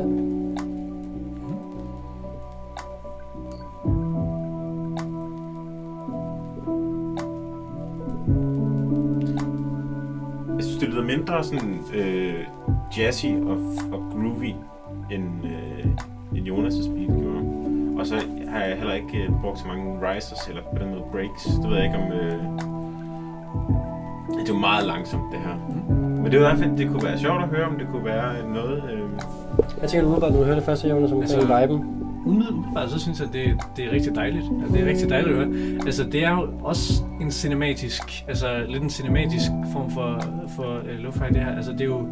Jeg synes, det lyder mindre sådan jazzy og groovy end Jonas' beat gjorde. Og så har jeg heller ikke brugt så mange risers eller på den måde breaks. Det ved jeg ikke om... det er jo meget langsomt, det her. Men det er i hvert fald, det kunne være sjovt at høre, om det kunne være noget... Jeg tænker umiddelbart, når du hører det første, Jonas, som altså, viben. Umiddelbart, så synes jeg, det er rigtig dejligt. Det er rigtig dejligt at høre. Altså, det er jo også en cinematisk, altså lidt en cinematisk form for lo-fi, det her. Altså, det er jo...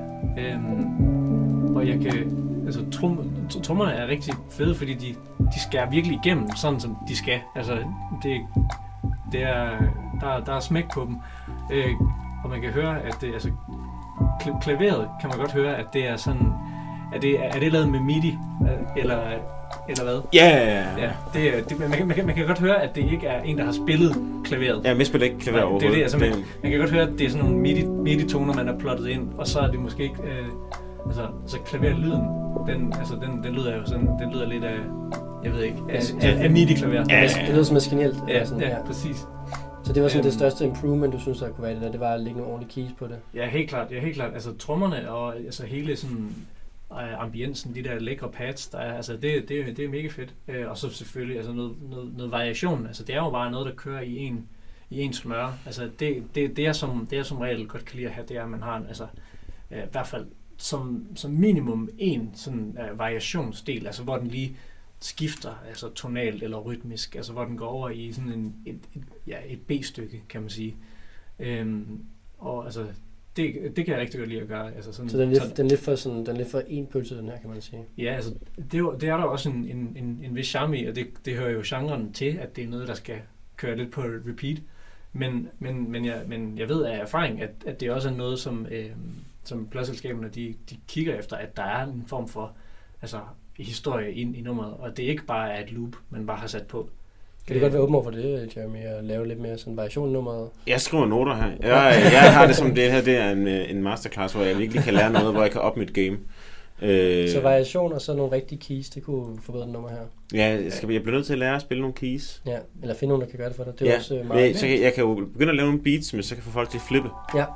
og jeg kan... Altså, trommerne er rigtig fede, fordi de skærer virkelig igennem, sådan som de skal. Altså, det er... Der er smæk på dem. Og man kan høre, at det... Altså, klaveret kan man godt høre, at det er sådan... Er det lavet med MIDI? Eller hvad? Ja. Man kan godt høre, at det ikke er en, der har spillet klaveret. Ja, jeg spiller ikke klaver overhovedet. Det er det, altså, man kan godt høre, at det er sådan nogle MIDI-toner, man har plottet ind, og så er det måske ikke... så klaverlyden, den lyder jo sådan... Den lyder lidt af... Jeg ved ikke. Af MIDI-klaver. Ja, det lyder som maskinelt. Ja, præcis. Så det var sådan det største improvement, du synes, der kunne være det var at lægge nogle ordentlige keys på det? Ja, helt klart. Altså trommerne og altså hele sådan ambiensen, de der lækre pads, der er, altså det er mega fedt. Og så selvfølgelig altså noget variation. Altså det er jo bare noget, der kører i en smør. Altså det er som regel godt kan lide at have, det er, at man har i hvert fald som minimum en sådan variationsdel, altså hvor den lige skifter, altså tonalt eller rytmisk, altså hvor den går over i sådan et B-stykke, kan man sige. Og altså det kan jeg rigtig godt lide at gøre. Altså sådan, så den er lidt for en pølse, den her, kan man sige. Ja, altså det er der også en vis charme i, og det hører jo genren til, at det er noget, der skal køre lidt på repeat. Men jeg ved af erfaring, at det også er noget, som pladselskaberne de kigger efter, at der er en form for altså historie ind i nummeret, og det ikke bare er et loop, man bare har sat på. Kan det godt være åben over for det, Jeremy, at lave lidt mere sådan variation i nummeret? Jeg skriver noter her. Jeg har det som det her, det er en masterclass, hvor jeg virkelig kan lære noget, hvor jeg kan op mit game. Så variation og så nogle rigtige keys, det kunne forbedre nummer her. Ja, jeg bliver nødt til at lære at spille nogle keys. Ja, eller finde nogen, der kan gøre det for dig. Det er også meget... Så jeg kan jo begynde at lave nogle beats, men så kan få folk til at flippe. Ja.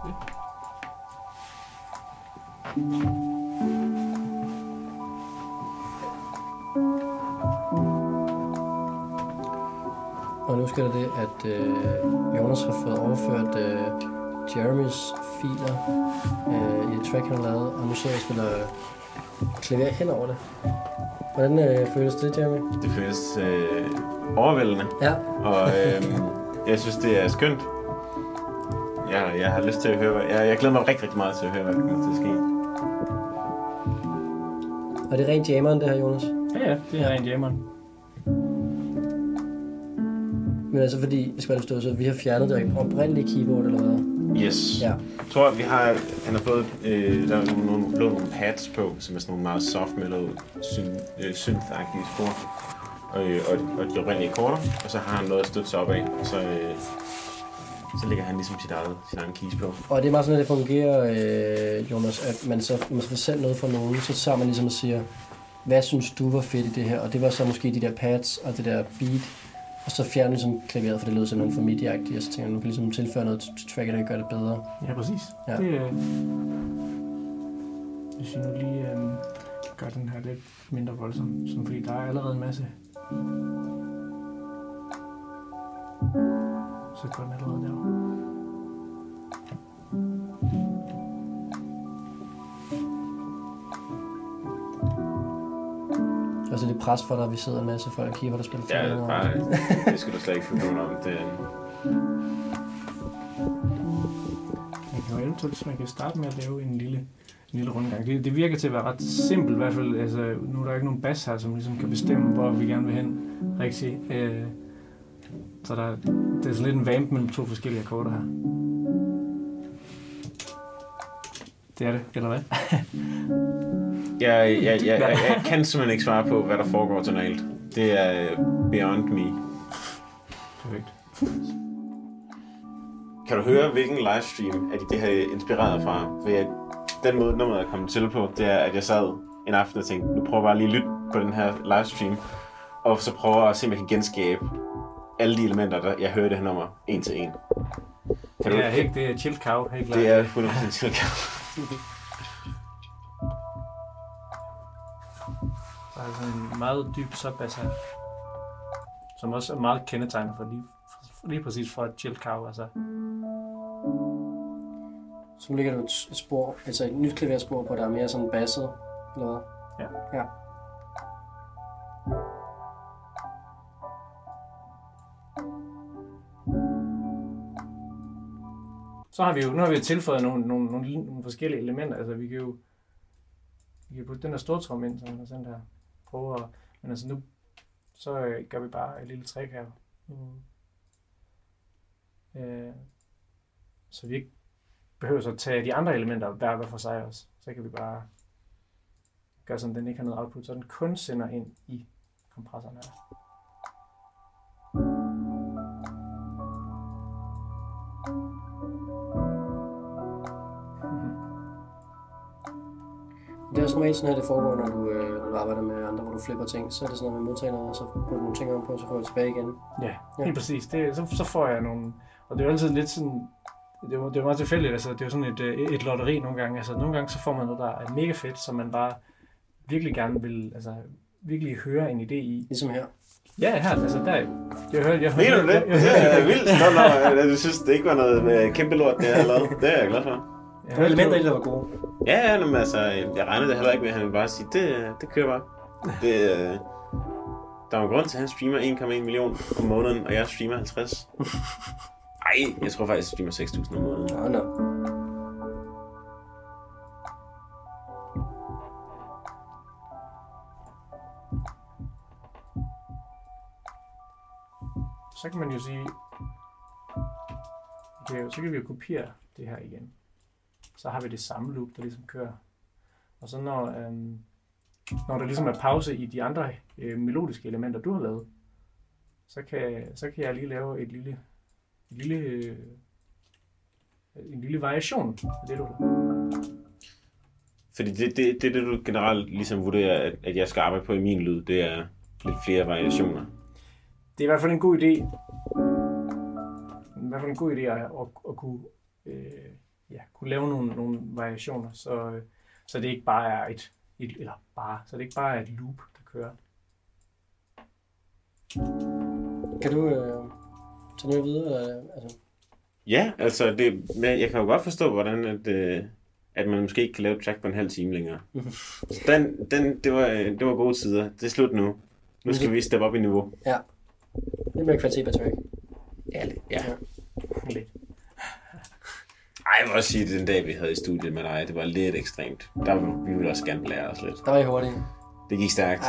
Og nu sker der det, at Jonas har fået overført Jeremys filer i et track, han har lavet, og nu sidder jeg og spiller klaver hen over det. Hvordan føles det, Jeremy? Det føles overvældende. Ja. Og jeg synes, det er skønt. Jeg har lyst til at høre, jeg glæder mig rigtig, rigtig meget til at høre, hvad der kommer til at ske. Og det er rent jammeren, det her, Jonas? Ja, det er rent jammeren. Men altså fordi, jeg skal bare forstå, så vi har fjernet det oprindelige keyboard, eller hvad? Yes. Ja. Jeg tror, han har fået der er nogle pads på, som er sådan nogle meget soft mellow synth-agtige spor. Og de oprindelige akkorder, og så har han noget at støtte sig op af, og så lægger han ligesom sin egen keys på. Og det er meget sådan, at det fungerer, Jonas, at man får selv noget fra nogen, så tager man ligesom og siger, hvad synes du var fedt i det her? Og det var så måske de der pads og det der beat, Og så fjerner ligesom klaveret, for det lød simpelthen for midi-agtigt, og så tænker jeg, nu kan ligesom tilføre noget til tracket, der gør det bedre. Ja, præcis. Ja. Hvis vi nu lige gør den her lidt mindre voldsom, sådan, fordi der er allerede en masse. Så går den allerede derovre. Og så er det pres for dig, at vi sidder en masse folk og kigger, hvor der spiller Ja, det skal du slet ikke følge nogen om. Man kan jo eventuelt, man kan starte med at lave en lille rundgang. Det virker til at være ret simpelt, i hvert fald. Altså, nu er der ikke nogen bas her, som ligesom kan bestemme, hvor vi gerne vil hen. Rigtig. Så det er sådan lidt en vamp mellem 2 forskellige akkorder her. Det er det, eller hvad? Jeg kan simpelthen ikke svare på, hvad der foregår tonalt. Det er beyond me. Perfekt. Kan du høre, hvilken livestream at det her inspireret fra? For den måde, nummeret er kommet til på, det er, at jeg sad en aften og tænkte, nu prøver jeg bare lige at lytte på den her livestream, og så prøver jeg at se, om jeg kan genskabe alle de elementer, der jeg hører i det her nummer, en til en. Det er Chill Cow, helt klart. Det er 100% Chill Cow. Der er sådan en meget dyb subbass her, som også er meget kendetegnet for lige præcis for et Chill Cow, altså. Så nu ligger du et spor, altså et nyt klaverspor på, der er mere sådan basset, eller hvad? Ja. Så har vi jo, nu har vi tilføjet nogle forskellige elementer, altså vi kan jo putte den der stortrum ind, som er sådan der, men altså nu, så gør vi bare et lille træk her. Så vi ikke behøver så at tage de andre elementer hver for sig også. Så kan vi bare gøre sådan, at den ikke har noget output, så den kun sender ind i kompressoren her. Det er også normalt sådan her, det foregår, når du arbejder med andre, hvor du flipper ting. Så er det sådan noget med modtager noget, og så putter du nogle ting om på, og så går du tilbage igen. Ja, helt præcis. Så får jeg nogle... Og det er jo altid lidt sådan... Det er jo meget tilfældigt, altså det er jo sådan et lotteri nogle gange. Altså nogle gange så får man noget, der er mega fedt, som man bare virkelig gerne vil, altså virkelig høre en idé i. Ligesom her. Ja, her, altså der... Mener du det? Det er vildt. Nå, du synes, det ikke var noget med kæmpe lort, det jeg lavede. Det er jeg glad for. Der var elementer i det, der var gode. Ja, men altså, jeg regnede det heller ikke med, at han ville bare sige, det kører bare. Der er en grund til, at han streamer 1,1 million om måneden, og jeg streamer 50. Ej, jeg tror faktisk, jeg streamer 6.000 om måneden. Nå. Så kan man jo sige, så kan vi jo kopiere det her igen. Så har vi det samme loop, der ligesom kører. Og så når der ligesom er pause i de andre melodiske elementer, du har lavet, så kan jeg lige lave en lille variation af det, du har lavet. Fordi det du generelt ligesom vurderer, at jeg skal arbejde på i min lyd, det er lidt flere variationer. Det er i hvert fald en god idé. At kunne lave nogle variationer, så det ikke bare er så det ikke bare er et loop, der kører. Kan du tage noget videre? Altså? Ja, altså jeg kan jo godt forstå, hvordan at man måske ikke kan lave et track på en halv time længere. Det var gode tider. Det er slut nu. Nu skal vi steppe op i niveau. Ja. Lidt mere kvalitet på track. Ja, lidt. Ja. Lidt. Ej, jeg må også sige, at den dag, vi havde i studiet med dig, det var lidt ekstremt. Vi ville også gerne lære os lidt. Der var I hurtigt. Det gik stærkt.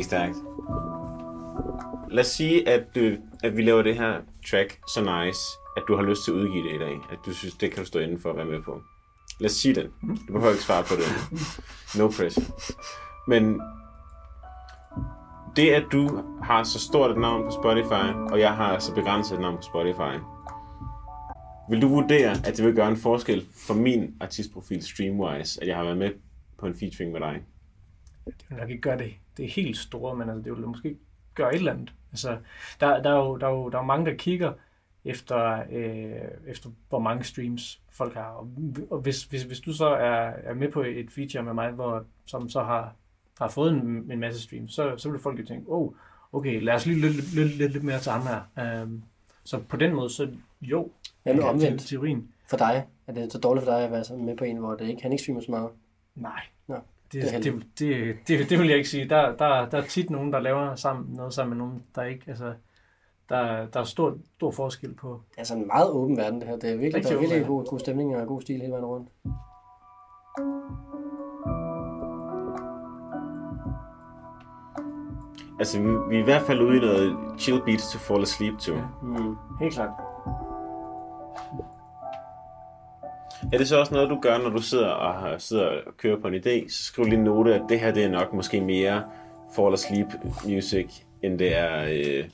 Lad os sige, at vi laver det her track så nice, at du har lyst til at udgive det i dag. At du synes, det kan du stå inden for at være med på. Lad os sige det. Du behøver ikke svare på det. No pressure. Men det, at du har så stort et navn på Spotify, og jeg har så begrænset et navn på Spotify, vil du vurdere, at det vil gøre en forskel for min artistprofil streamwise, at jeg har været med på en featuring med dig? Det vil nok ikke gøre det er helt store, men altså, det vil måske gøre et eller andet. Altså, der er jo mange, der kigger efter hvor mange streams folk har. Og hvis du så er med på et feature med mig, som så har fået en masse streams, så vil folk jo tænke, okay, lad os lige lytte lidt mere til ham her. Så på den måde, så jo, omvendt teorien. For dig, er det så dårligt for dig at være med på en, hvor han ikke streamer så meget? Nej. Nå, det vil jeg ikke sige. Der er tit nogen, der laver noget sammen med nogen, der ikke... Altså, der er stor forskel på... Det er sådan en meget åben verden, det her. Det er virkelig, der er virkelig god stemning og god stil hele vejen rundt. Altså, vi er i hvert fald ude i noget chill beats to fall asleep to. Ja. Helt klart. Er det så også noget, du gør, når du sidder og kører på en idé? Så skriv lige en note, at det her det er nok måske mere fall asleep music, end det er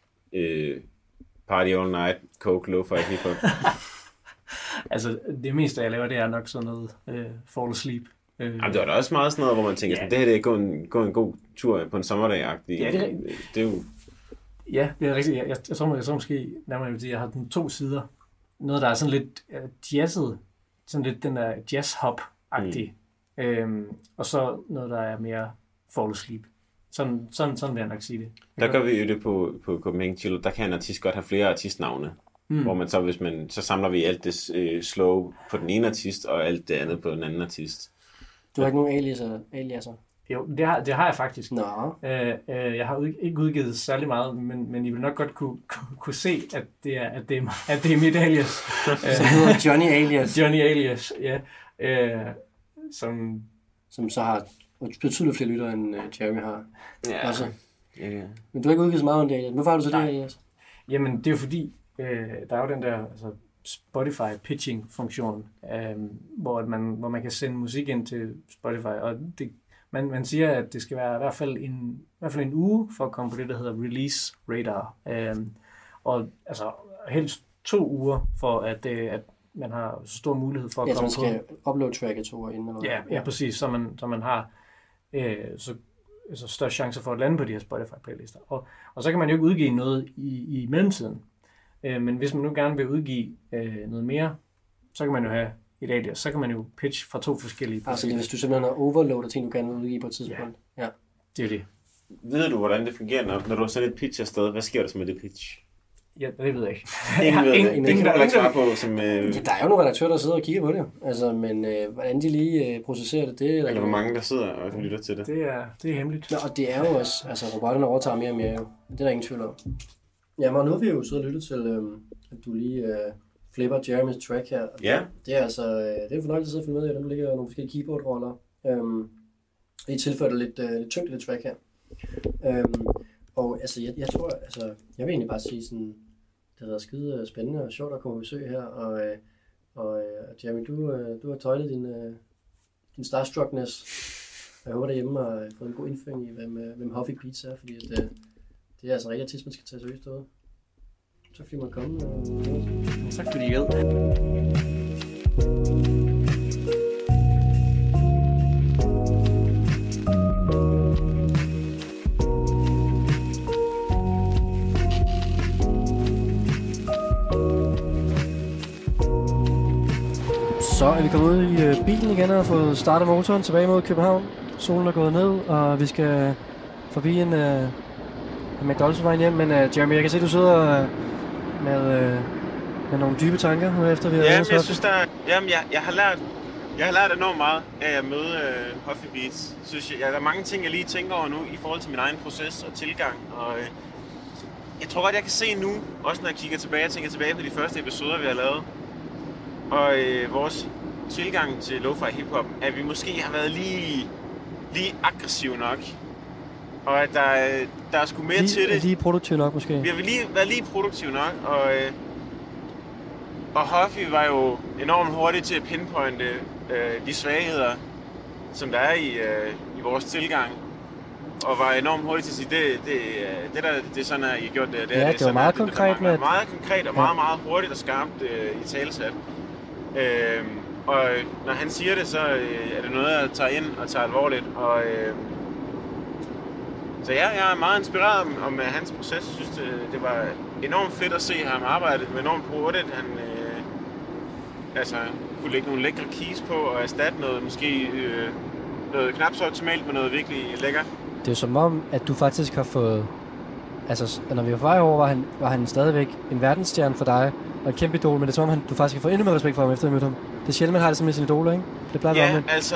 party all night, coke, lo-fi, hip-hop. Altså, det meste, jeg laver, det er nok sådan noget fall asleep. Jamen, det var da også meget sådan noget, hvor man tænker, sådan, det her det er gå en god tur på en sommerdag-agtig. Ja, det er jo... Ja, det er rigtigt. Jeg tror måske, nærmere vil sige, jeg har den 2 sider. Noget, der er sådan lidt jazzet, sådan lidt den der jazz-hop-agtig. Og så noget, der er mere fall asleep. Sådan vil jeg nok sige det. Der gør vi jo det på Copenhagen Chill. Der kan en artist godt have flere artistnavne. Hvor man så, så samler vi alt det slow på den ene artist, og alt det andet på den anden artist. Du har ikke nogen aliaser? Jo, det har jeg faktisk. Nå. Jeg har ikke udgivet særlig meget, men I vil nok godt kunne se, at det er mit alias. Så hedder Johnny Alias. Johnny Alias, ja. Som så har betydeligt flere lyttere, end Jeremy har. Ja. Også. Ja. Men du har ikke udgivet så meget om det alias. Hvorfor har du så det alias? Jamen, det er jo fordi, der er jo den der Spotify pitching-funktion, hvor man kan sende musik ind til Spotify, og man siger, at det skal være i hvert fald en uge for at komme på det, der hedder Release Radar. Og altså helst 2 uger for, at man har stor mulighed for at komme på. Ja, så man skal upload-tracke 2 uger inden. Eller ja, præcis, så man har så større chancer for at lande på de her Spotify-playlister. Og så kan man jo ikke udgive noget i mellemtiden. Men hvis man nu gerne vil udgive noget mere, så kan man jo have et alias. Så kan man jo pitch fra 2 forskellige. Altså hvis du simpelthen har overloadet ting, du gerne vil udgive på et tidspunkt. Ja, det er det. Ved du, hvordan det fungerer, når du har sendt et pitch afsted? Hvad sker der så med det pitch? Ja, det ved jeg ikke. Ingen kan du ikke svare på. Som, Ja, der er jo nogle redaktører, der sidder og kigger på det. Altså, men hvordan de lige processerer det... Eller hvor mange, der sidder og lytter til det. Det er hemmeligt. Nå, og det er jo også... Altså, robotterne overtager mere og mere jo. Det er der ingen tvivl om. Ja, men nu har vi jo siddet og lyttet til, at du lige flipper Jeremys track her. Ja. Det er altså... det er en fornøjelse at sidde og finde med i, der ligger nogle forskellige keyboard-roller. I tilfører lidt tyngde det track her. Og altså, jeg tror... Altså, jeg vil egentlig bare sige sådan... Det har været skide spændende og sjovt at komme på besøg her, og Jeremy, du har tøjlet din starstruckness. Jeg håber derhjemme har fået en god indføring i, hvem Huffy Beats er, fordi det er altså rigtig artist, man skal tage seriøst derude. Tak fordi man kom. Tak fordi I gad. Så er vi kommet ud i bilen igen og har fået startet motoren tilbage mod København. Solen er gået ned, og vi skal forbi en McDonald's-vej hjem. Men Jeremy, jeg kan se, at du sidder med nogle dybe tanker nu efter vi har jeg synes, jeg har lært enormt meget af at møde Huffy Beats. Synes der er mange ting, jeg lige tænker over nu i forhold til min egen proces og tilgang. Og jeg tror godt, jeg kan se nu, også når jeg tænker tilbage på de første episoder, vi har lavet. Og vores tilgang til lo-fi hiphop, at vi måske har været lige aggressiv nok. Og at der er sgu mere til det. Lige produktiv nok måske. Vi har været lige produktiv nok, og Huffy var jo enormt hurtig til at pinpointe de svagheder, som der er i vores tilgang. Og var enormt hurtig til at sige, det er sådan, at I har gjort det. Ja, det var meget konkret. Meget konkret og meget, meget hurtigt og skarpt i talesat. Og når han siger det, så er det noget, jeg tager ind og tager alvorligt. Og Så ja, jeg er meget inspireret om hans proces. Jeg synes, det var enormt fedt at se ham arbejde med enormt hurtigt. Han kunne lægge nogle lækre keys på og erstatte noget, måske noget knap så optimalt med noget virkelig lækkert. Det er jo som om, at du faktisk har fået... Altså, når vi var på vej over, var han stadigvæk en verdensstjerne for dig, og et kæmpe idol, men det er som om, du faktisk har fået endnu mere respekt for ham, efter at møde ham. Det er sjældent, man har det som sin idoler, ikke? Det plejer at være altså,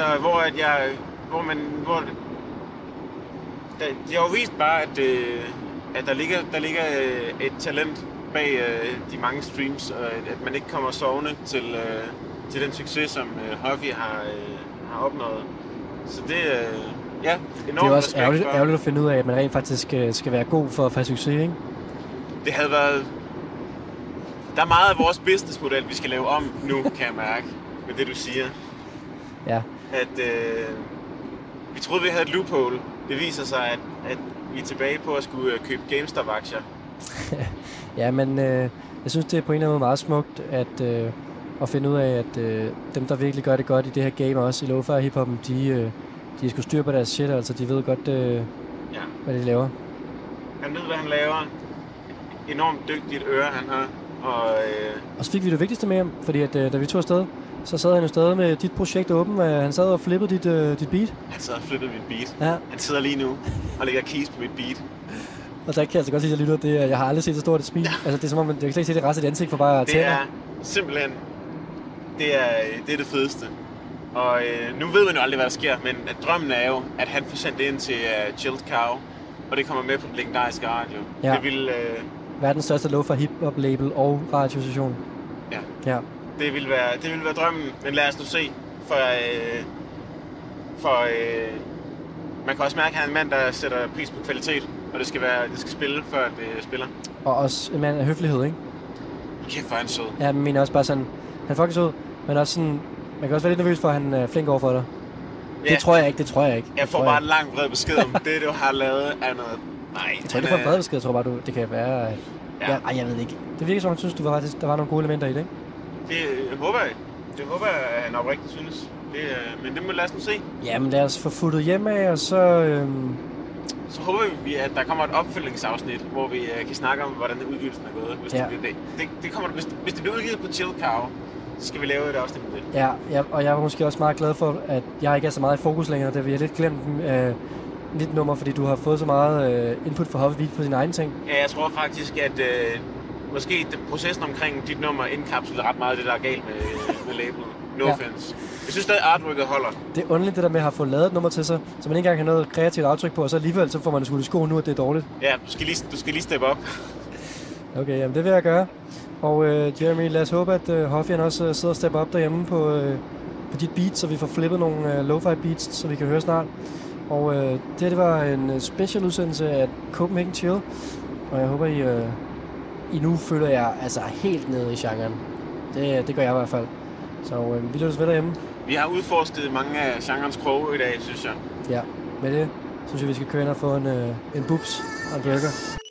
det har jo vist bare, at der ligger et talent bag de mange streams, og at man ikke kommer sovende til den succes, som Huffy har opnået. Så det enormt. Det er også ærgerligt at finde ud af, at man rent faktisk skal være god for at få succes, ikke? Det havde været... Der er meget af vores businessmodel, vi skal lave om nu, kan jeg mærke, med det du siger. Ja. At vi troede, vi havde et loophole. Det viser sig, at vi er tilbage på at skulle købe GameStop-aktier. Ja, men jeg synes, det er på en eller anden måde meget smukt at finde ud af, at dem, der virkelig gør det godt i det her game, også i lo-fi hiphoppen, de skal styre på deres shit, altså de ved godt, hvad de laver. Han ved, hvad han laver. Enormt dygtigt øre, han har. Og så fik vi det vigtigste med ham, fordi at, da vi tog afsted, så sad han jo stadig med dit projekt åben. Han sad og flippede dit beat. Han sad og flippede mit beat. Ja. Han sidder lige nu og lægger keys på mit beat. Og der kan jeg altså godt sige, at jeg lytter, jeg har aldrig set så stort et smil. Altså det er som om, jeg kan slet ikke se det resten af dit ansigt for bare at tænde. Det er simpelthen, det er det fedeste. Og nu ved man jo aldrig, hvad der sker, men drømmen er jo, at han får sendt det ind til Chilled Cow, og det kommer med på den legendariske radio. Ja. Det vil... verdens største lo-fi hip-hop label og radiostation. Ja. Det vil være drømmen, men lad os nu se. Man kan også mærke, at han er en mand, der sætter pris på kvalitet, og det skal spille, før det spiller. Og også en mand af høflighed, ikke? Kæft, hvor er han sød. Ja, men mener også bare sådan, han er fucking sød, men også sådan, man kan også være lidt nervøs for, at han er flink over for dig. Ja. Det tror jeg ikke. Jeg får bare en lang bred besked om, det du har lavet er noget... Nej, jeg tror ikke, du får en bred besked, jeg tror bare, det kan være... Ja. Jeg ved ikke. Det virker som om, synes du faktisk, der var nogle gode elementer i det, ikke? Det håber jeg. Det håber jeg, at han oprigtigt synes. Men det må lad os nu se. Jamen lad os få futtet hjem af, og så... Så håber vi, at der kommer et opfølgningsafsnit, hvor vi kan snakke om, hvordan udgivelsen er gået. Hvis det bliver udgivet på Chill Cow, så skal vi lave et afsnit med det. Ja, og jeg var måske også meget glad for, at jeg ikke er så meget i fokus længere, da vi har lidt glemt dit nummer, fordi du har fået så meget input fra Huffy Beat på dine egne ting. Ja, jeg tror faktisk, at måske processen omkring dit nummer indkapsler ret meget af det, der er galt med labelet. No offense. Jeg synes stadig, artworket holder. Det er underligt det der med at have fået lavet et nummer til sig, så man ikke engang har noget kreativt aftryk på, og så alligevel så får man det skudt i skoen nu, at det er dårligt. Ja, du skal lige steppe op. Okay, jamen det vil jeg gøre. Og Jeremy, lad os håbe, at Huffy også sidder og stepper op derhjemme på dit beat, så vi får flippet nogle lo-fi beats, så vi kan høre snart. Og det var en special udsendelse af Copenhagen Chill, og jeg håber, I nu føler jer altså helt nede i genren. Det gør jeg i hvert fald. Så vi lyttes ved derhjemme. Vi har udforsket mange af genrens kroge i dag, synes jeg. Ja, med det synes jeg, vi skal køre ind og få en bubs og en burger.